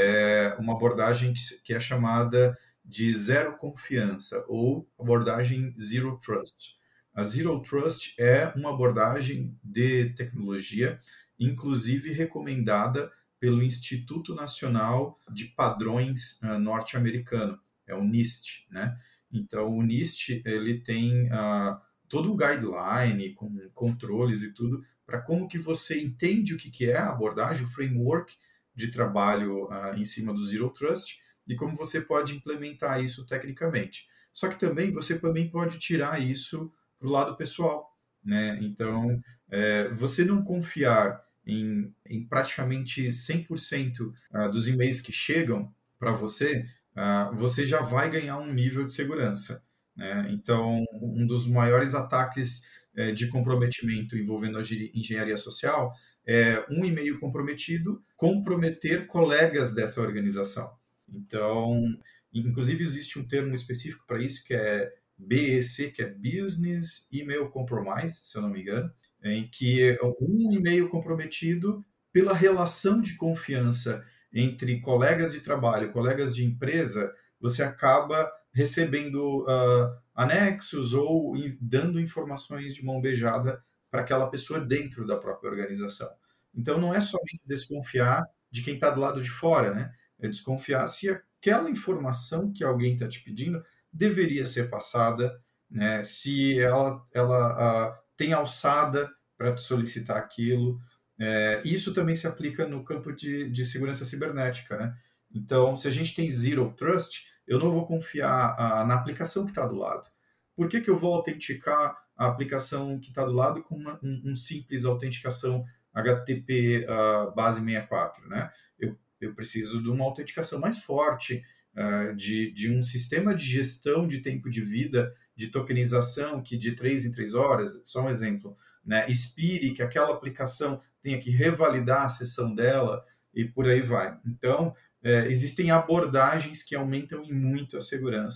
é uma abordagem que, que é chamada de zero confiança ou abordagem zero trust. A Zero Trust é uma abordagem de tecnologia, inclusive recomendada pelo Instituto Nacional de Padrões uh, norte-americano, é o NIST, né? Então, o NIST ele tem uh, todo um guideline com controles e tudo para como que você entende o que, que é a abordagem, o framework de trabalho uh, em cima do Zero Trust e como você pode implementar isso tecnicamente. Só que também você também pode tirar isso para o lado pessoal, né? Então, é, você não confiar em, em praticamente cem por cento uh, dos e-mails que chegam para você, uh, você já vai ganhar um nível de segurança, né? Então, um dos maiores ataques uh, de comprometimento envolvendo a engenharia social é um e-mail comprometido comprometer colegas dessa organização. Então, inclusive existe um termo específico para isso que é B E C, que é Business Email Compromise, se eu não me engano, em que é um e-mail comprometido pela relação de confiança entre colegas de trabalho, colegas de empresa, você acaba recebendo uh, anexos ou dando informações de mão beijada para aquela pessoa dentro da própria organização. Então, não é somente desconfiar de quem está do lado de fora, né? É desconfiar se aquela informação que alguém está te pedindo deveria ser passada, né? Se ela, ela uh, tem alçada para te solicitar aquilo. É, isso também se aplica no campo de, de segurança cibernética, né? Então, se a gente tem Zero Trust, eu não vou confiar uh, na aplicação que está do lado. Por que, que eu vou autenticar a aplicação que está do lado com uma um, um simples autenticação H T T P uh, base sessenta e quatro, né? Eu, eu preciso de uma autenticação mais forte, Uh, de, de um sistema de gestão de tempo de vida, de tokenização, que de três em três horas, só um exemplo, né, expire, que aquela aplicação tenha que revalidar a sessão dela e por aí vai. Então, é, existem abordagens que aumentam em muito a segurança,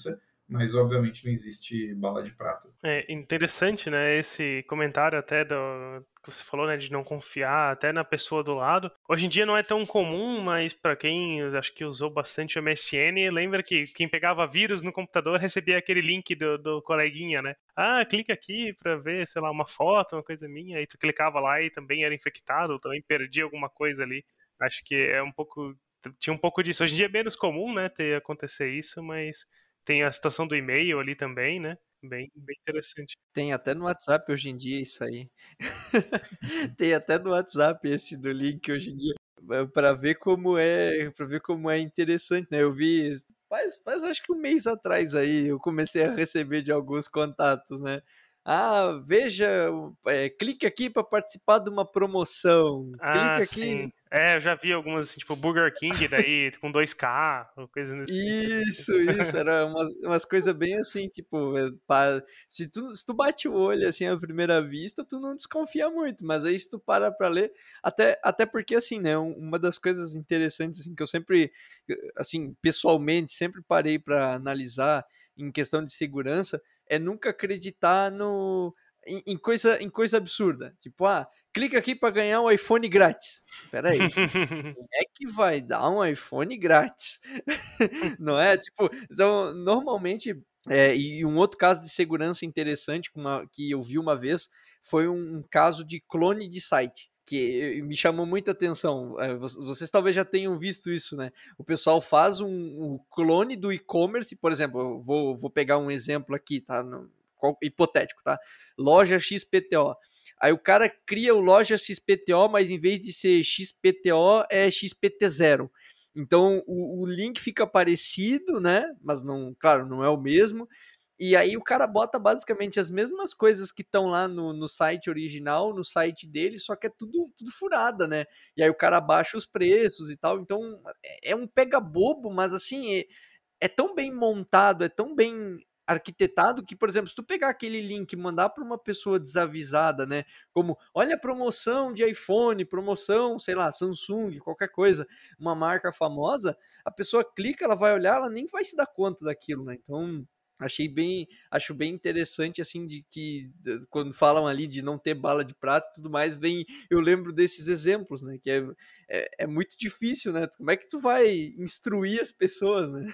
mas obviamente não existe bala de prata. É interessante, né, esse comentário até do que você falou, né, de não confiar até na pessoa do lado. Hoje em dia não é tão comum, mas para quem acho que usou bastante o M S N, lembra que quem pegava vírus no computador recebia aquele link do, do coleguinha, né? Ah, clica aqui para ver, sei lá, uma foto, uma coisa minha, aí tu clicava lá e também era infectado, também perdia alguma coisa ali. Acho que é um pouco, tinha um pouco disso. Hoje em dia é menos comum, né, ter acontecer isso, mas tem a situação do e-mail ali também, né? Bem, bem interessante. Tem até no WhatsApp hoje em dia isso aí. Tem até no WhatsApp esse do link hoje em dia. Para ver como é, para ver como é interessante, né? Eu vi faz, faz acho que um mês atrás aí, eu comecei a receber de alguns contatos, né? Ah, veja, é, clique aqui para participar de uma promoção. Ah, Clique aqui. sim. É, eu já vi algumas, assim, tipo Burger King, daí com dois K, ou coisa nesse sentido. Isso, isso, era umas, umas coisas bem assim, tipo, é, pa- se tu, se tu bate o olho assim à primeira vista, tu não desconfia muito, mas aí se tu para pra ler, até, até porque assim, né, um- uma das coisas interessantes assim que eu sempre, assim, pessoalmente, sempre parei pra analisar em questão de segurança, é nunca acreditar no, em, em coisa, em coisa absurda, tipo, ah, clica aqui pra ganhar um iPhone grátis. Pera aí, é que vai dar um iPhone grátis. Não é? Tipo, então, normalmente, é, e um outro caso de segurança interessante com uma- que eu vi uma vez foi um, um caso de clone de site. Que me chamou muita atenção. É, vo- vocês talvez já tenham visto isso, né? O pessoal faz um, um clone do e-commerce, por exemplo, eu vou, vou pegar um exemplo aqui, tá? No- qual- hipotético, tá? Loja X P T O. Aí o cara cria o loja X P T O, mas em vez de ser X P T O, é X P T zero. Então o, o link fica parecido, né? Mas não, claro, não é o mesmo. E aí o cara bota basicamente as mesmas coisas que estão lá no, no site original, no site dele, só que é tudo, tudo furada, né? E aí o cara baixa os preços e tal. Então é é um pega bobo, mas assim, é, é tão bem montado, é tão bem arquitetado que, por exemplo, se tu pegar aquele link e mandar para uma pessoa desavisada, né, como, olha a promoção de iPhone, promoção, sei lá, Samsung, qualquer coisa, uma marca famosa, a pessoa clica, ela vai olhar, ela nem vai se dar conta daquilo, né? Então, achei bem, acho bem interessante assim de que de- quando falam ali de não ter bala de prata e tudo mais, vem, eu lembro desses exemplos, né, que é, é, é muito difícil, né? Como é que tu vai instruir as pessoas, né?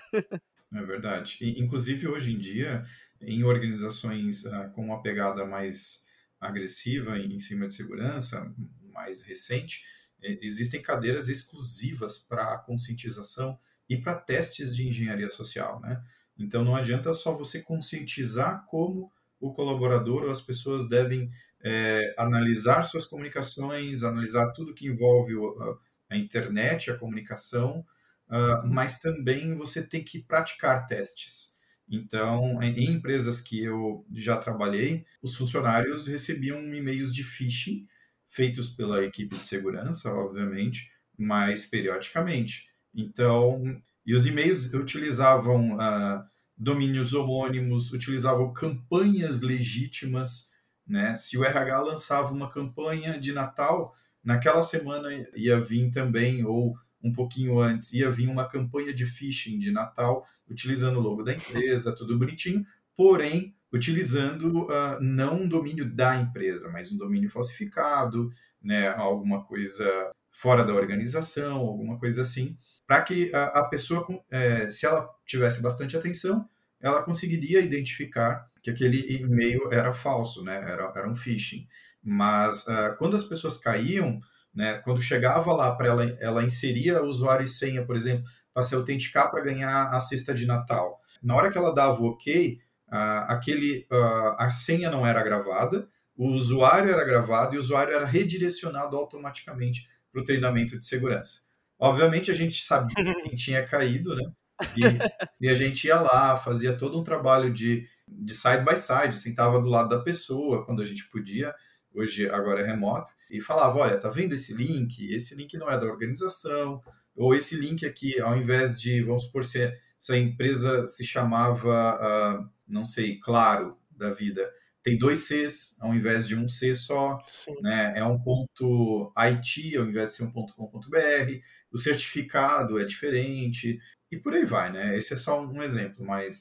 É verdade. E, inclusive, hoje em dia, em organizações ah, com uma pegada mais agressiva em cima de segurança, mais recente, eh, existem cadeiras exclusivas para conscientização e para testes de engenharia social, né? Então, não adianta só você conscientizar como o colaborador ou as pessoas devem eh, analisar suas comunicações, analisar tudo que envolve o- a a internet, a comunicação, Uh, mas também você tem que praticar testes. Então, em em empresas que eu já trabalhei, os funcionários recebiam e-mails de phishing, feitos pela equipe de segurança, obviamente, mas periodicamente. Então, e os e-mails utilizavam uh, domínios homônimos, utilizavam campanhas legítimas, né? Se o R H lançava uma campanha de Natal, naquela semana ia vir também, ou um pouquinho antes, ia vir uma campanha de phishing de Natal, utilizando o logo da empresa, tudo bonitinho, porém, utilizando uh, não um domínio da empresa, mas um domínio falsificado, né, alguma coisa fora da organização, alguma coisa assim, para que a, a pessoa, é, se ela tivesse bastante atenção, ela conseguiria identificar que aquele e-mail era falso, né, era, era um phishing. Mas uh, quando as pessoas caíam, né, quando chegava lá para ela, ela inseria usuário e senha, por exemplo, para se autenticar para ganhar a cesta de Natal. Na hora que ela dava o ok, uh, aquele, uh, a senha não era gravada, o usuário era gravado e o usuário era redirecionado automaticamente para o treinamento de segurança. Obviamente a gente sabia quem tinha caído, né? E, e a gente ia lá, fazia todo um trabalho de, de side by side, sentava do lado da pessoa quando a gente podia, hoje agora é remoto, e falava, olha, tá vendo esse link? Esse link não é da organização, ou esse link aqui, ao invés de, vamos supor, se, se a empresa se chamava, uh, não sei, Claro, da vida, tem dois Cs ao invés de um C só, Sim. né? É um ponto I T ao invés de ser um ponto com ponto B R, o certificado é diferente, e por aí vai, né? Esse é só um exemplo, mas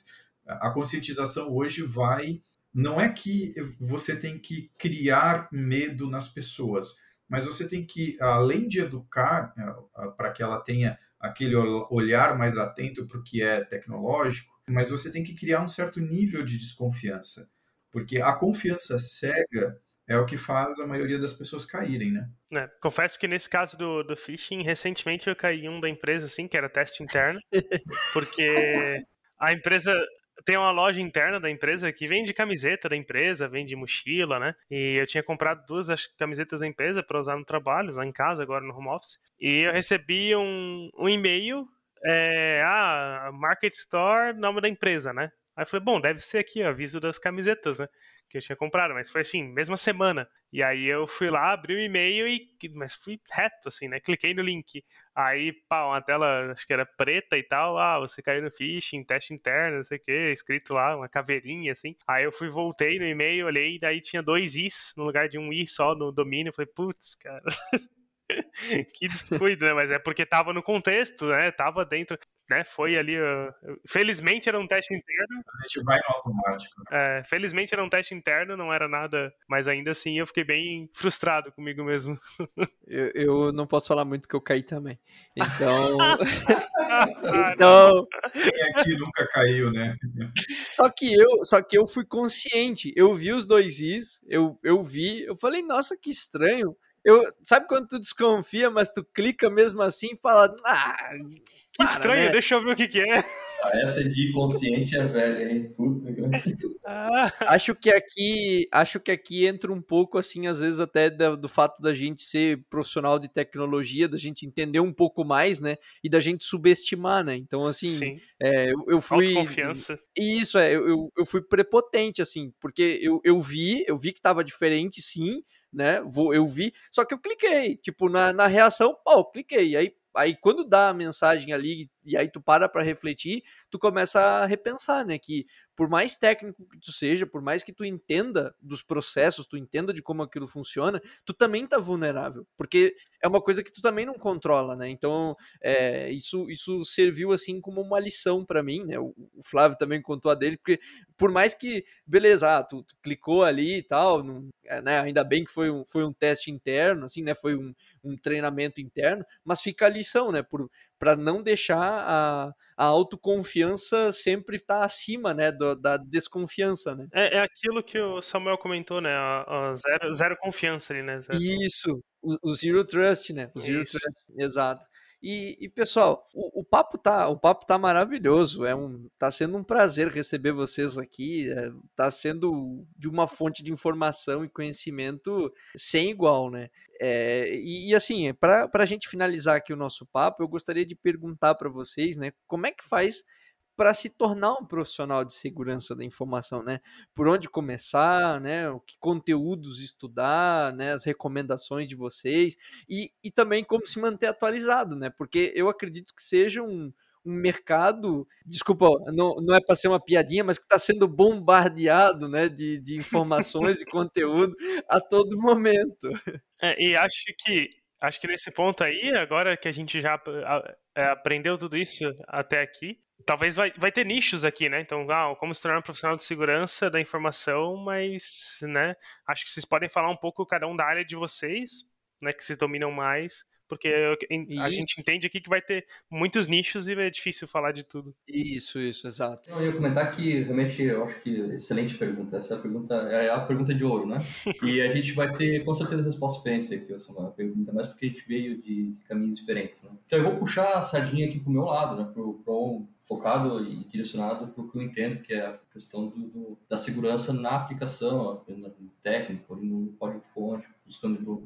A conscientização hoje vai... Não é que você tem que criar medo nas pessoas, mas você tem que, além de educar, para que ela tenha aquele olhar mais atento para o que é tecnológico, mas você tem que criar um certo nível de desconfiança, porque a confiança cega é o que faz a maioria das pessoas caírem, né? É, confesso que nesse caso do, do phishing, recentemente eu caí em um da empresa, assim, que era teste interno, porque a empresa... Tem uma loja interna da empresa que vende camiseta da empresa, vende mochila, né? E eu tinha comprado duas as camisetas da empresa para usar no trabalho, usar em casa, agora no home office. E eu recebi um, um e-mail, é, ah, Market Store, nome da empresa, né? Aí eu falei, bom, deve ser aqui, aviso das camisetas, né? Que eu tinha comprado, mas foi assim, mesma semana. E aí eu fui lá, abri o e-mail e... Mas fui reto, assim, né? Cliquei no link. Aí, pá, uma tela, acho que era preta e tal. Ah, você caiu no phishing, teste interno, não sei o que, escrito lá, uma caveirinha, assim. Aí eu fui, voltei no e-mail, olhei, e daí tinha dois Is, no lugar de um I só no domínio. Eu falei, putz, cara... que descuido, né? Mas é porque tava no contexto, né? Tava dentro, né? Foi ali. Uh... Felizmente era um teste interno. A gente vai no automático. É, felizmente era um teste interno, não era nada. Mas ainda assim eu fiquei bem frustrado comigo mesmo. Eu, eu não posso falar muito porque eu caí também. Então. então. Quem aqui nunca caiu, né? Só que eu, só que eu fui consciente. Eu vi os dois Is, eu, eu vi, eu falei, nossa, que estranho. Eu, sabe quando tu desconfia, mas tu clica mesmo assim e fala, ah, que para, estranho, né? Deixa eu ver o que que é. Ah, essa de inconsciente é velha, hein? Puta. Ah. Acho que aqui, acho que aqui entra um pouco assim, às vezes até do, do fato da gente ser profissional de tecnologia, da gente entender um pouco mais, né? E da gente subestimar, né? Então, assim, é, eu, eu fui... Autoconfiança. Isso, é, eu, eu fui prepotente, assim, porque eu, eu vi, eu vi que tava diferente, sim, né? Vou, eu vi, só que eu cliquei, tipo, na, na reação, pô, cliquei, aí Aí quando dá a mensagem ali e aí tu para para refletir, tu começa a repensar, né, que por mais técnico que tu seja, por mais que tu entenda dos processos, tu entenda de como aquilo funciona, tu também tá vulnerável, porque é uma coisa que tu também não controla, né, então é, isso, isso serviu assim como uma lição para mim, né, o, o Flávio também contou a dele, porque por mais que, beleza, ah, tu, tu clicou ali e tal, não, é, né, ainda bem que foi um, foi um teste interno, assim, né, foi um, um treinamento interno, mas fica a lição, né, por, para não deixar a, a autoconfiança sempre estar tá acima, né, do, da desconfiança, né. É, é aquilo que o Samuel comentou, né, a, a zero, zero confiança ali, né. Zero. Isso, o, o Zero Trust, né, o Zero Isso. Trust, exato. E, e pessoal, o, o papo tá, o papo tá maravilhoso, é um, tá sendo um prazer receber vocês aqui, é, tá sendo de uma fonte de informação e conhecimento sem igual, né. É, e, e assim, para a gente finalizar aqui o nosso papo, eu gostaria de perguntar para vocês, né, como é que faz para se tornar um profissional de segurança da informação, né? Por onde começar, né? O que conteúdos estudar, né? As recomendações de vocês e, e também como se manter atualizado, né? Porque eu acredito que seja um, um mercado, desculpa, não, não é para ser uma piadinha, mas que está sendo bombardeado, né? De, de informações e conteúdo a todo momento. É, e acho que acho que nesse ponto aí, agora que a gente já a, aprendeu tudo isso até aqui, talvez vai, vai ter nichos aqui, né? Então, ah, como se tornar um profissional de segurança da informação, mas, né, acho que vocês podem falar um pouco cada um da área de vocês, né, que vocês dominam mais, porque a Isso. gente entende aqui que vai ter muitos nichos e é difícil falar de tudo. Isso, isso, exato. Eu ia comentar que, realmente, eu acho que excelente pergunta. Essa pergunta é a pergunta de ouro, né? E a gente vai ter, com certeza, respostas diferentes aqui, Samuel. Pergunta mais porque a gente veio de caminhos diferentes, né? Então, eu vou puxar a sardinha aqui pro meu lado, né? Pro, pro focado e direcionado para o que eu entendo, que é a questão do, do, da segurança na aplicação, no técnico, no código-fonte, buscando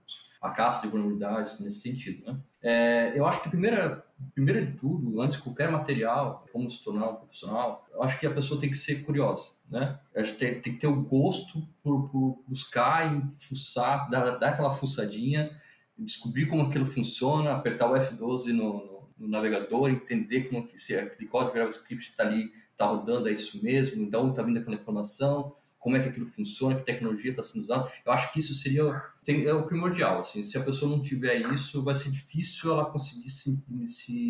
a caça de vulnerabilidades nesse sentido, né? É, eu acho que, primeira, primeiro de tudo, antes de qualquer material, como se tornar um profissional, eu acho que a pessoa tem que ser curiosa, né? Acho que tem, tem que ter o gosto por, por buscar e fuçar, dar, dar aquela fuçadinha, descobrir como aquilo funciona, apertar o F doze no, no, no navegador, entender como que se aquele código JavaScript está ali, está rodando, é isso mesmo, então está vindo aquela informação, como é que aquilo funciona, que tecnologia está sendo usada. Eu acho que isso seria tem, é o primordial. Assim, se a pessoa não tiver isso, vai ser difícil ela conseguir se, se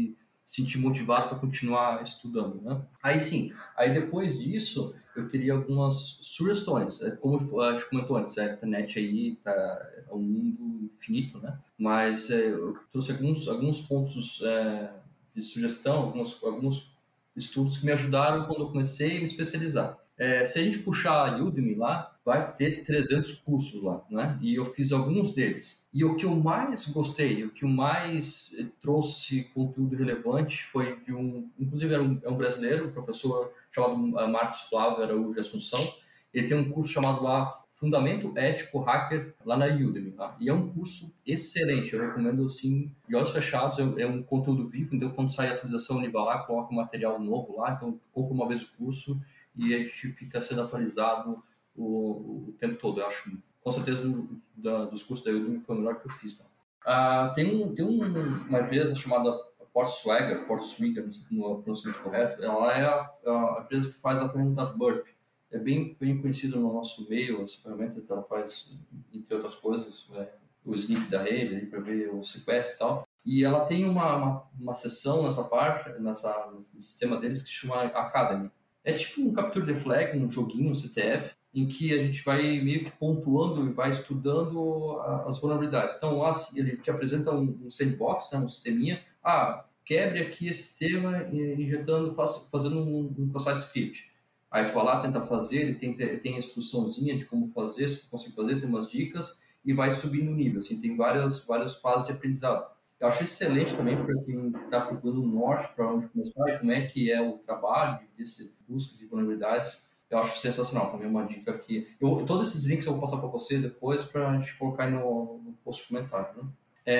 sentir motivado para continuar estudando, né? Aí sim, aí depois disso eu teria algumas sugestões, como a gente comentou antes, a internet aí tá, é um mundo infinito, né? Mas é, eu trouxe alguns, alguns pontos é, de sugestão, alguns, alguns estudos que me ajudaram quando eu comecei a me especializar. É, se a gente puxar a Udemy lá, vai ter trezentos cursos lá, né? E eu fiz alguns deles. E o que eu mais gostei, o que eu mais trouxe conteúdo relevante foi de um, inclusive era um, é um brasileiro, um professor chamado Marcos Flávio Araújo Assunção. Ele tem um curso chamado lá Fundamento Ético Hacker lá na Udemy, tá? E é um curso excelente, eu recomendo assim, de olhos fechados, é, é um conteúdo vivo, então quando sai a atualização ele vai lá, coloca um material novo lá, então compra uma vez o curso e a gente fica sendo atualizado o, o tempo todo. Eu acho, com certeza, do, da, dos cursos da Udemy foi o melhor que eu fiz. Tá? Ah, tem um, tem um, uma empresa chamada Portswagger, Portswagger, não sei como é o pronunciamento correto, ela é a, a empresa que faz a ferramenta Burp. É bem, bem conhecida no nosso meio, essa ferramenta que ela faz, entre outras coisas, é, o sniff da rede, para ver o sequestro e tal. E ela tem uma, uma, uma seção nessa parte, nessa, no sistema deles, que se chama Academy. É tipo um Capture the Flag, um joguinho, um C T F, em que a gente vai meio que pontuando e vai estudando as vulnerabilidades. Então, lá ele te apresenta um, um sandbox, né, um sisteminha. Ah, quebre aqui esse sistema injetando, faz, fazendo um, um cross-site script. Aí tu vai lá, tenta fazer, ele tem, tem a instruçãozinha de como fazer, se tu consegue fazer, tem umas dicas, e vai subindo o nível. Assim, tem várias, várias fases de aprendizado. Eu acho excelente também para quem está procurando um norte para onde começar e como é que é o trabalho desse busca de vulnerabilidades. Eu acho sensacional, também uma dica que... Eu, todos esses links eu vou passar para você depois para a gente colocar aí no, no post comentário. Né?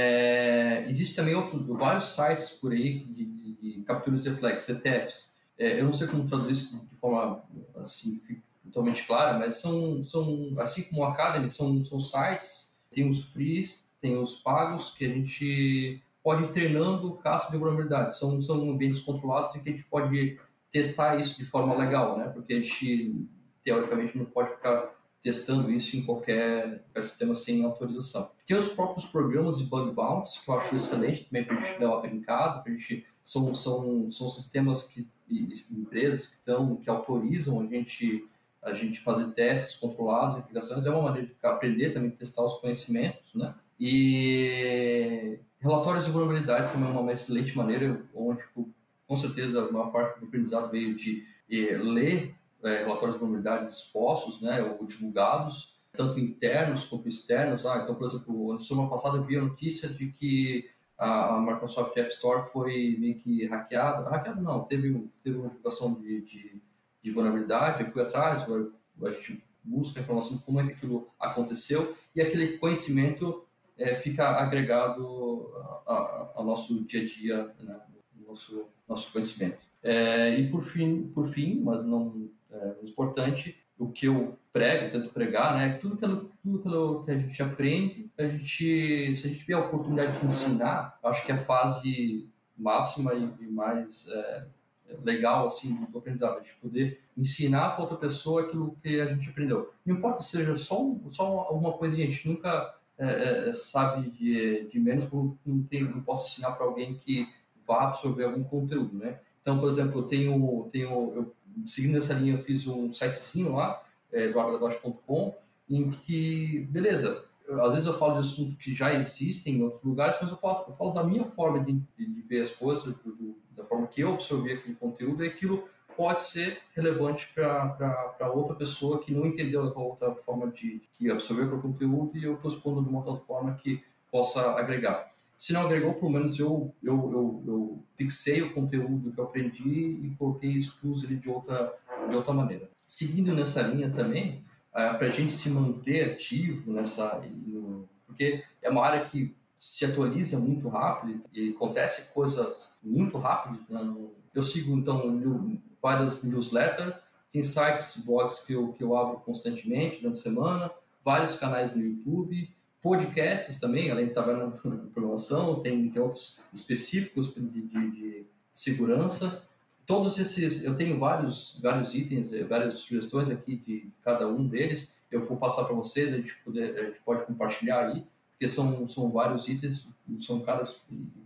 É, existe também outros, vários sites por aí de, de, de capturas de flag, C T Fs. É, eu não sei como traduzir isso de forma assim, totalmente clara, mas são, são assim como o Academy, são, são sites, tem os frees, tem os pagos, que a gente pode ir treinando caça de vulnerabilidade. São, são ambientes controlados em que a gente pode testar isso de forma legal, né? Porque a gente, teoricamente, não pode ficar testando isso em qualquer, qualquer sistema sem autorização. Tem os próprios programas de bug bounties, que eu acho excelente também para a gente dar uma brincada, pra gente, são, são, são sistemas que, e empresas que, estão, que autorizam a gente, a gente fazer testes controlados, aplicações, é uma maneira de aprender também, testar os conhecimentos, né? E relatórios de vulnerabilidades também é uma excelente maneira, onde com certeza a maior parte do aprendizado veio de eh, ler eh, relatórios de vulnerabilidades expostos, né, ou divulgados, tanto internos quanto externos. Ah, então, por exemplo, na semana passada eu vi a notícia de que a, a Microsoft App Store foi meio que hackeada. Hackeada não, teve, teve uma divulgação de, de, de vulnerabilidade, eu fui atrás, a gente busca informação de como é que aquilo aconteceu e aquele conhecimento é, fica agregado ao nosso dia a dia, né, nosso, nosso conhecimento. É, e por fim, por fim, mas não é, importante, o que eu prego, tento pregar, né, tudo que, tudo que a gente aprende, a gente, se a gente tiver a oportunidade de ensinar, acho que é a fase máxima e, e mais é, legal assim do aprendizado, a gente poder ensinar para outra pessoa aquilo que a gente aprendeu. Não importa se seja só, só alguma coisinha, a gente nunca é, é, sabe de, de menos, porque não, tem, não posso ensinar para alguém que vá absorver algum conteúdo, né? Então, por exemplo, eu tenho, tenho eu, seguindo essa linha, eu fiz um sitezinho lá, é, do agradot ponto com, em que, beleza, eu, às vezes eu falo de assuntos que já existem em outros lugares, mas eu falo, eu falo da minha forma de, de, de ver as coisas, do, do, da forma que eu absorvi aquele conteúdo, e aquilo pode ser relevante para outra pessoa que não entendeu a outra forma de que absorveu aquele conteúdo, e eu estou expondo de uma outra forma que possa agregar. Se não agregou, pelo menos eu, eu, eu, eu fixei o conteúdo que eu aprendi e coloquei expus ele de outra, de outra maneira. Seguindo nessa linha também, uh, para a gente se manter ativo nessa... No, porque é uma área que se atualiza muito rápido e acontece coisas muito rápido. Né? Eu sigo, então, new, várias newsletters, tem sites, blogs que eu, que eu abro constantemente durante a semana, vários canais no YouTube, podcasts também, além de Taverna de Programação, tem, tem outros específicos de, de, de segurança. Todos esses, eu tenho vários, vários itens, várias sugestões aqui de cada um deles. Eu vou passar para vocês, a gente, poder, a gente pode compartilhar aí, porque são, são vários itens, são caras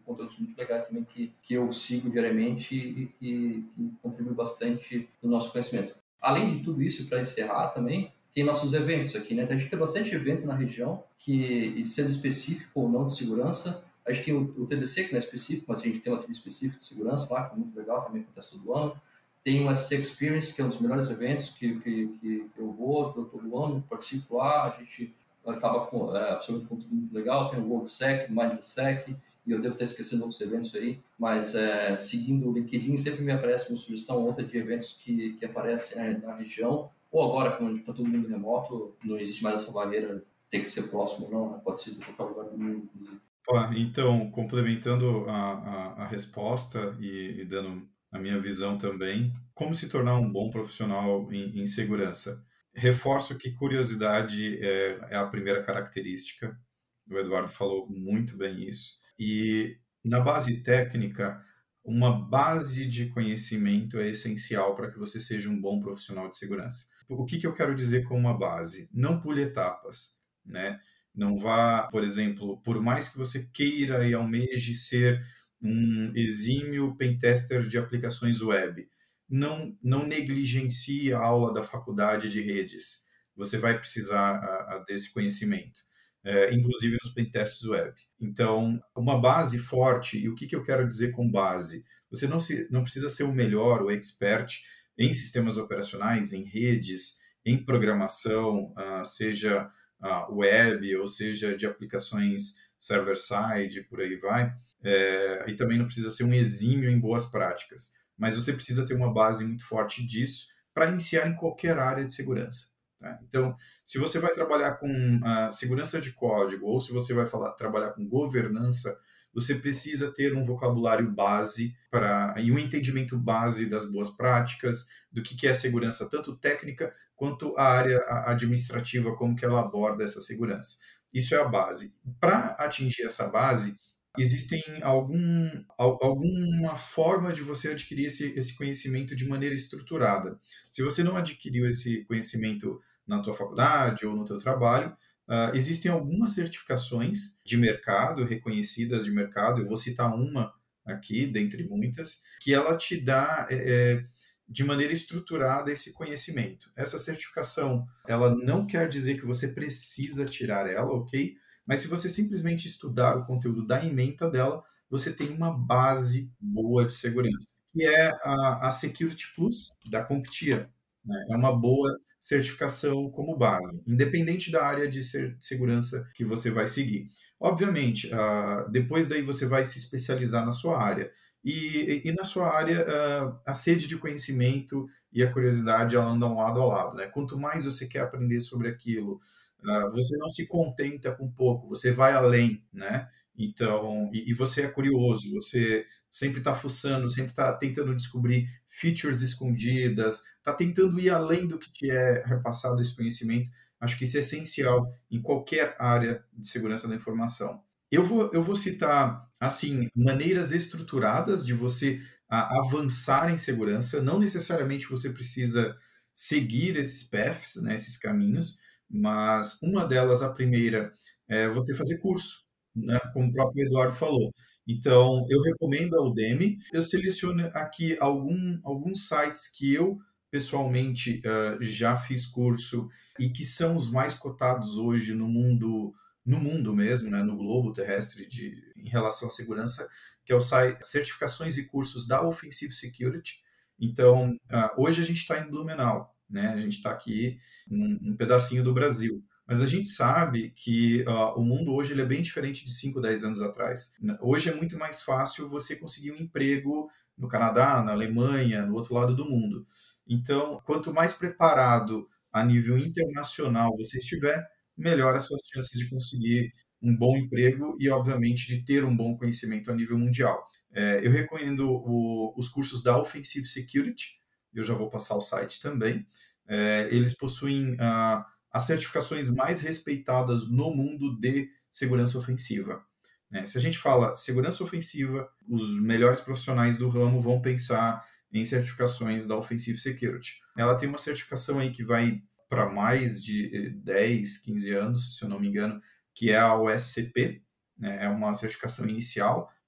conteúdos muito legais também que, que eu sigo diariamente e que, que contribuem bastante no nosso conhecimento. Além de tudo isso, para encerrar também, tem nossos eventos aqui, né? A gente tem bastante evento na região, que, sendo específico ou não de segurança, a gente tem o, o T D C, que não é específico, mas a gente tem uma trilha específica de segurança lá, que é muito legal, também acontece todo ano. Tem o S C Experience, que é um dos melhores eventos que, que, que eu vou todo ano, participo lá, a gente acaba com, é, absorvendo conteúdo muito legal. Tem o WorldSec, MindSec, e eu devo estar esquecendo outros eventos aí, mas é, seguindo o LinkedIn, sempre me aparece uma sugestão ou outra de eventos que, que aparecem né, na região, ou agora, como está todo mundo remoto, não existe mais essa barreira, tem que ser próximo ou não, né? Pode ser de qualquer lugar do mundo, inclusive. Então, complementando a, a, a resposta e, e dando a minha visão também, como se tornar um bom profissional em, em segurança? Reforço que curiosidade é, é a primeira característica, o Eduardo falou muito bem isso, e na base técnica, uma base de conhecimento é essencial para que você seja um bom profissional de segurança. O que, que eu quero dizer com uma base? Não pule etapas, né? Não vá, por exemplo, por mais que você queira e almeje ser um exímio pentester de aplicações web, não, não negligencie a aula da faculdade de redes. Você vai precisar a, a desse conhecimento, é, inclusive nos pentests web. Então, uma base forte, e o que, que eu quero dizer com base? Você não, se, não precisa ser o melhor, o expert em sistemas operacionais, em redes, em programação, uh, seja uh, web, ou seja, de aplicações server-side, por aí vai. É, e também não precisa ser um exímio em boas práticas, mas você precisa ter uma base muito forte disso para iniciar em qualquer área de segurança. Tá? Então, se você vai trabalhar com uh, segurança de código, ou se você vai falar, trabalhar com governança, você precisa ter um vocabulário base pra, e um entendimento base das boas práticas, do que, que é segurança, tanto técnica quanto a área administrativa, como que ela aborda essa segurança. Isso é a base. Para atingir essa base, existem algum, alguma forma de você adquirir esse, esse conhecimento de maneira estruturada. Se você não adquiriu esse conhecimento na tua faculdade ou no teu trabalho, uh, existem algumas certificações de mercado, reconhecidas de mercado, eu vou citar uma aqui, dentre muitas, que ela te dá é, de maneira estruturada esse conhecimento. Essa certificação, ela não quer dizer que você precisa tirar ela, ok? Mas se você simplesmente estudar o conteúdo da ementa dela, você tem uma base boa de segurança, que é a, a Security Plus da CompTIA. Né? É uma boa certificação como base, independente da área de segurança que você vai seguir. Obviamente, uh, depois daí você vai se especializar na sua área. E, e na sua área, uh, a sede de conhecimento e a curiosidade ela andam lado a lado. Né? Quanto mais você quer aprender sobre aquilo, uh, você não se contenta com pouco, você vai além, né? Então, e, e você é curioso, você sempre está fuçando, sempre está tentando descobrir features escondidas, está tentando ir além do que te é repassado esse conhecimento. Acho que isso é essencial em qualquer área de segurança da informação. Eu vou, eu vou citar, assim, maneiras estruturadas de você a, avançar em segurança. Não necessariamente você precisa seguir esses paths, né, esses caminhos, mas uma delas, a primeira, é você fazer curso, né, como o próprio Eduardo falou. Então, eu recomendo a Udemy. Eu seleciono aqui algum, alguns sites que eu, pessoalmente, uh, já fiz curso e que são os mais cotados hoje no mundo, no mundo mesmo, né, no globo terrestre de, em relação à segurança, que é o site Certificações e Cursos da Offensive Security. Então, uh, hoje a gente está em Blumenau, né, a gente está aqui num, num pedacinho do Brasil. Mas a gente sabe que uh, o mundo hoje ele é bem diferente de cinco, dez anos atrás. Hoje é muito mais fácil você conseguir um emprego no Canadá, na Alemanha, no outro lado do mundo. Então, quanto mais preparado a nível internacional você estiver, melhor as suas chances de conseguir um bom emprego e, obviamente, de ter um bom conhecimento a nível mundial. É, eu recomendo o, os cursos da Offensive Security, eu já vou passar o site também. É, eles possuem uh, as certificações mais respeitadas no mundo de segurança ofensiva. Né? Se a gente fala segurança ofensiva, os melhores profissionais do ramo vão pensar em certificações da Offensive Security. Ela tem uma certificação aí que vai para mais de dez, quinze anos, se eu não me engano, que é a O S C P, né? É uma certificação inicial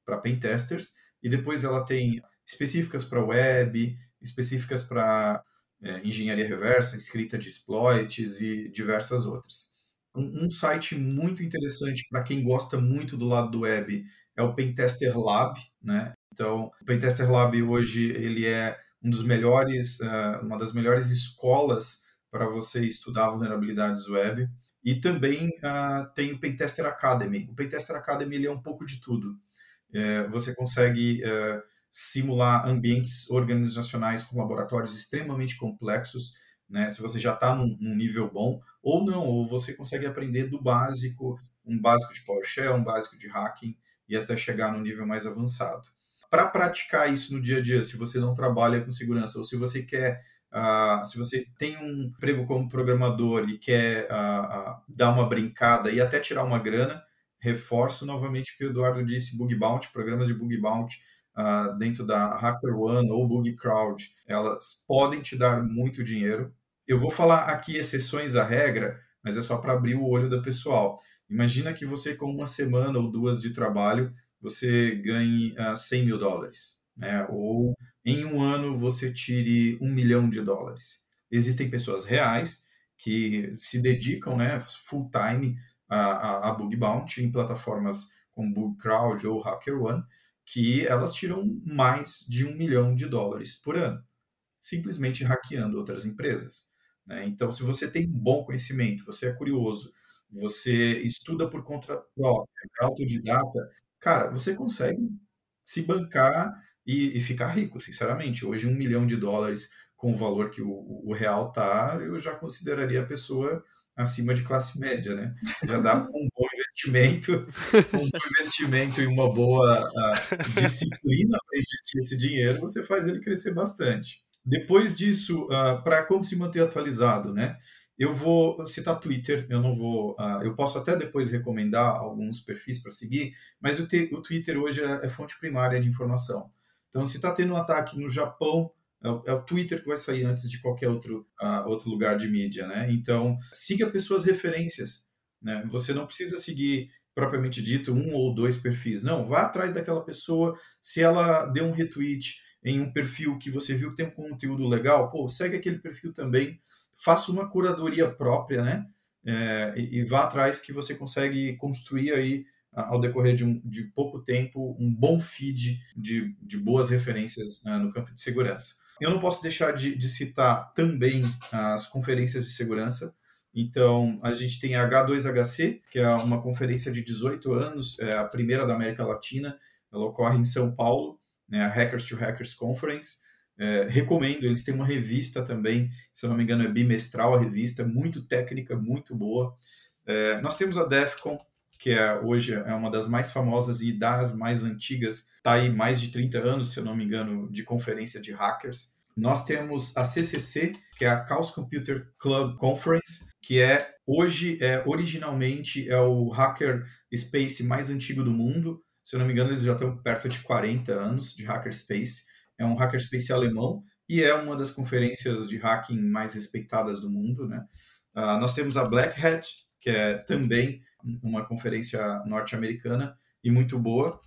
para pentesters, e depois ela tem específicas para web, específicas para é, engenharia reversa, escrita de exploits e diversas outras. Um, um site muito interessante para quem gosta muito do lado do web é o Pentester Lab, né? Então, o Pentester Lab hoje ele é um dos melhores, uh, uma das melhores escolas para você estudar vulnerabilidades web. E também uh, tem o Pentester Academy. O Pentester Academy ele é um pouco de tudo. É, você consegue uh, simular ambientes organizacionais com laboratórios extremamente complexos, né? Se você já está num, num nível bom, ou não, ou você consegue aprender do básico, um básico de PowerShell, um básico de hacking, e até chegar no nível mais avançado. Para praticar isso no dia a dia, se você não trabalha com segurança, ou se você quer, uh, se você tem um emprego como programador e quer uh, uh, dar uma brincada e até tirar uma grana, reforço novamente o que o Eduardo disse, Bug Bounty, programas de Bug Bounty uh, dentro da HackerOne ou BugCrowd, elas podem te dar muito dinheiro. Eu vou falar aqui exceções à regra, mas é só para abrir o olho do pessoal. Imagina que você, com uma semana ou duas de trabalho, você ganhe uh, cem mil dólares, né? Ou em um ano você tire um milhão de dólares. Existem pessoas reais que se dedicam, né, full time a, a, a Bug Bounty em plataformas como BugCrowd ou HackerOne, que elas tiram mais de um milhão de dólares por ano, simplesmente hackeando outras empresas, né? Então, se você tem um bom conhecimento, você é curioso, você estuda por conta própria, é autodidata, cara, você consegue se bancar e, e ficar rico, sinceramente. Hoje, um milhão de dólares com o valor que o, o real tá, eu já consideraria a pessoa acima de classe média, né? Já dá um bom investimento, um bom investimento e uma boa uh, disciplina para investir esse dinheiro, você faz ele crescer bastante. Depois disso, uh, para como se manter atualizado, né? Eu vou citar Twitter, eu não vou, uh, eu posso até depois recomendar alguns perfis para seguir, mas o, te, o Twitter hoje é, é fonte primária de informação. Então, se está tendo um ataque no Japão, é o, é o Twitter que vai sair antes de qualquer outro, uh, outro lugar de mídia, né? Então, siga pessoas referências, né? Você não precisa seguir, propriamente dito, um ou dois perfis. Não, vá atrás daquela pessoa, se ela deu um retweet em um perfil que você viu que tem um conteúdo legal, pô, segue aquele perfil também, faça uma curadoria própria, né? É, e, e vá atrás que você consegue construir aí, ao decorrer de, um, de pouco tempo, um bom feed de, de boas referências uh, no campo de segurança. Eu não posso deixar de, de citar também as conferências de segurança. Então, a gente tem a H dois H C, que é uma conferência de dezoito anos, é a primeira da América Latina, ela ocorre em São Paulo, né, a Hackers to Hackers Conference. É, recomendo, eles têm uma revista também, se eu não me engano é bimestral a revista, muito técnica, muito boa. É, nós temos a DEFCON, que é, hoje é uma das mais famosas e das mais antigas, está aí mais de trinta anos, se eu não me engano, de conferência de hackers. Nós temos a C C C, que é a Chaos Computer Club Conference, que é hoje, é, originalmente, é o hacker space mais antigo do mundo. Se eu não me engano, eles já estão perto de quarenta anos de hackerspace. É um hackerspace alemão e é uma das conferências de hacking mais respeitadas do mundo, né? Uh, nós temos a Black Hat, que é também uma conferência norte-americana e muito boa.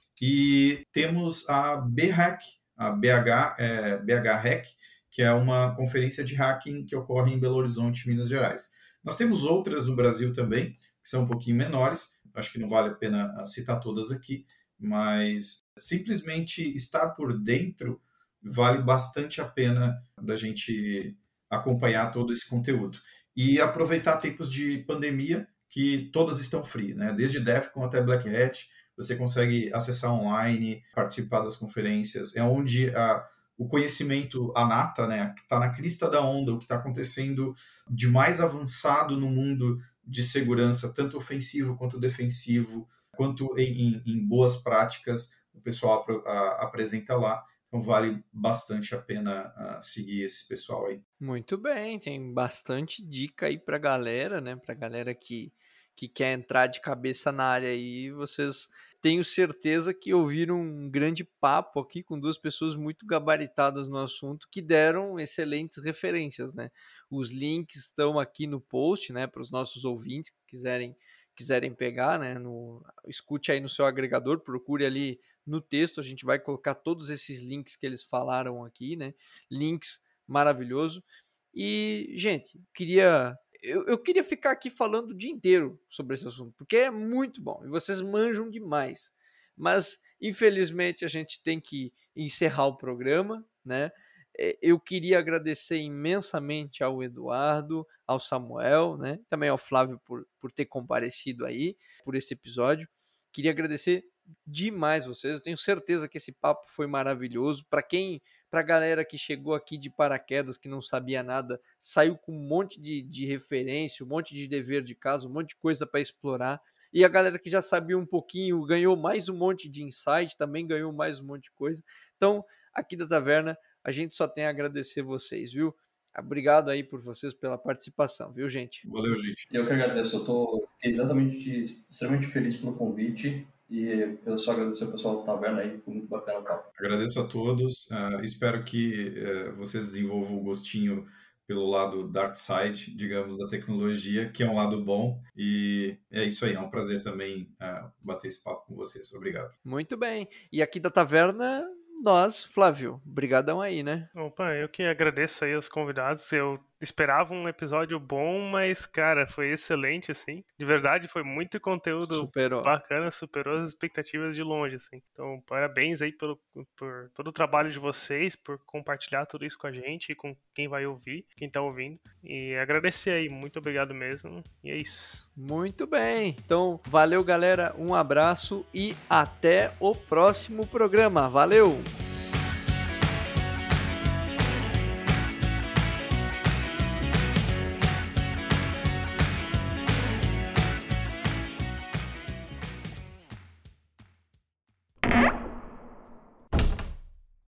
E temos a B Hack, a B H, é, B H Hack, que é uma conferência de hacking que ocorre em Belo Horizonte, Minas Gerais. Nós temos outras no Brasil também, que são um pouquinho menores. Acho que não vale a pena citar todas aqui, mas simplesmente estar por dentro vale bastante a pena da gente acompanhar todo esse conteúdo. E aproveitar tempos de pandemia, que todas estão free, né? Desde DEFCON até Black Hat, você consegue acessar online, participar das conferências, é onde a, o conhecimento, a nata, né, está na crista da onda, o que está acontecendo de mais avançado no mundo de segurança, tanto ofensivo quanto defensivo, quanto em, em, em boas práticas, o pessoal a, a, apresenta lá. Então vale bastante a pena uh, seguir esse pessoal aí. Muito bem, tem bastante dica aí pra galera, né? Pra galera que, que quer entrar de cabeça na área aí. Vocês tenho certeza que ouviram um grande papo aqui com duas pessoas muito gabaritadas no assunto que deram excelentes referências, né? Os links estão aqui no post, né? Para os nossos ouvintes que quiserem quiserem pegar, né, no, escute aí no seu agregador, procure ali no texto, a gente vai colocar todos esses links que eles falaram aqui, né, links maravilhoso. E, gente, queria... Eu, eu queria ficar aqui falando o dia inteiro sobre esse assunto, porque é muito bom, e vocês manjam demais. Mas, infelizmente, a gente tem que encerrar o programa, né? Eu queria agradecer imensamente ao Eduardo, ao Samuel, né? Também ao Flávio por, por ter comparecido aí, por esse episódio. Queria agradecer demais vocês, eu tenho certeza que esse papo foi maravilhoso. Para quem, para a galera que chegou aqui de paraquedas, que não sabia nada, saiu com um monte de, de referência, um monte de dever de casa, um monte de coisa para explorar. E a galera que já sabia um pouquinho ganhou mais um monte de insight, também ganhou mais um monte de coisa. Então, aqui da Taverna, a gente só tem a agradecer vocês, viu? Obrigado aí por vocês, pela participação, viu, gente? Valeu, gente. Eu que agradeço. Eu tô exatamente, extremamente feliz pelo convite e eu só agradecer ao pessoal da Taverna aí, foi muito bacana o papo. Agradeço a todos. Uh, espero que uh, vocês desenvolvam o gostinho pelo lado dark side, digamos, da tecnologia, que é um lado bom. E é isso aí, é um prazer também uh, bater esse papo com vocês. Obrigado. Muito bem. E aqui da Taverna, nós, Flávio, brigadão aí, né? Opa, eu que agradeço aí aos convidados. Eu esperava um episódio bom, mas, cara, foi excelente, assim. De verdade, foi muito conteúdo Superou. bacana, superou as expectativas de longe, assim. Então, parabéns aí pelo, por todo o trabalho de vocês, por compartilhar tudo isso com a gente e com quem vai ouvir, quem tá ouvindo. E agradecer aí, muito obrigado mesmo. E é isso. Muito bem. Então, valeu, galera. Um abraço e até o próximo programa. Valeu!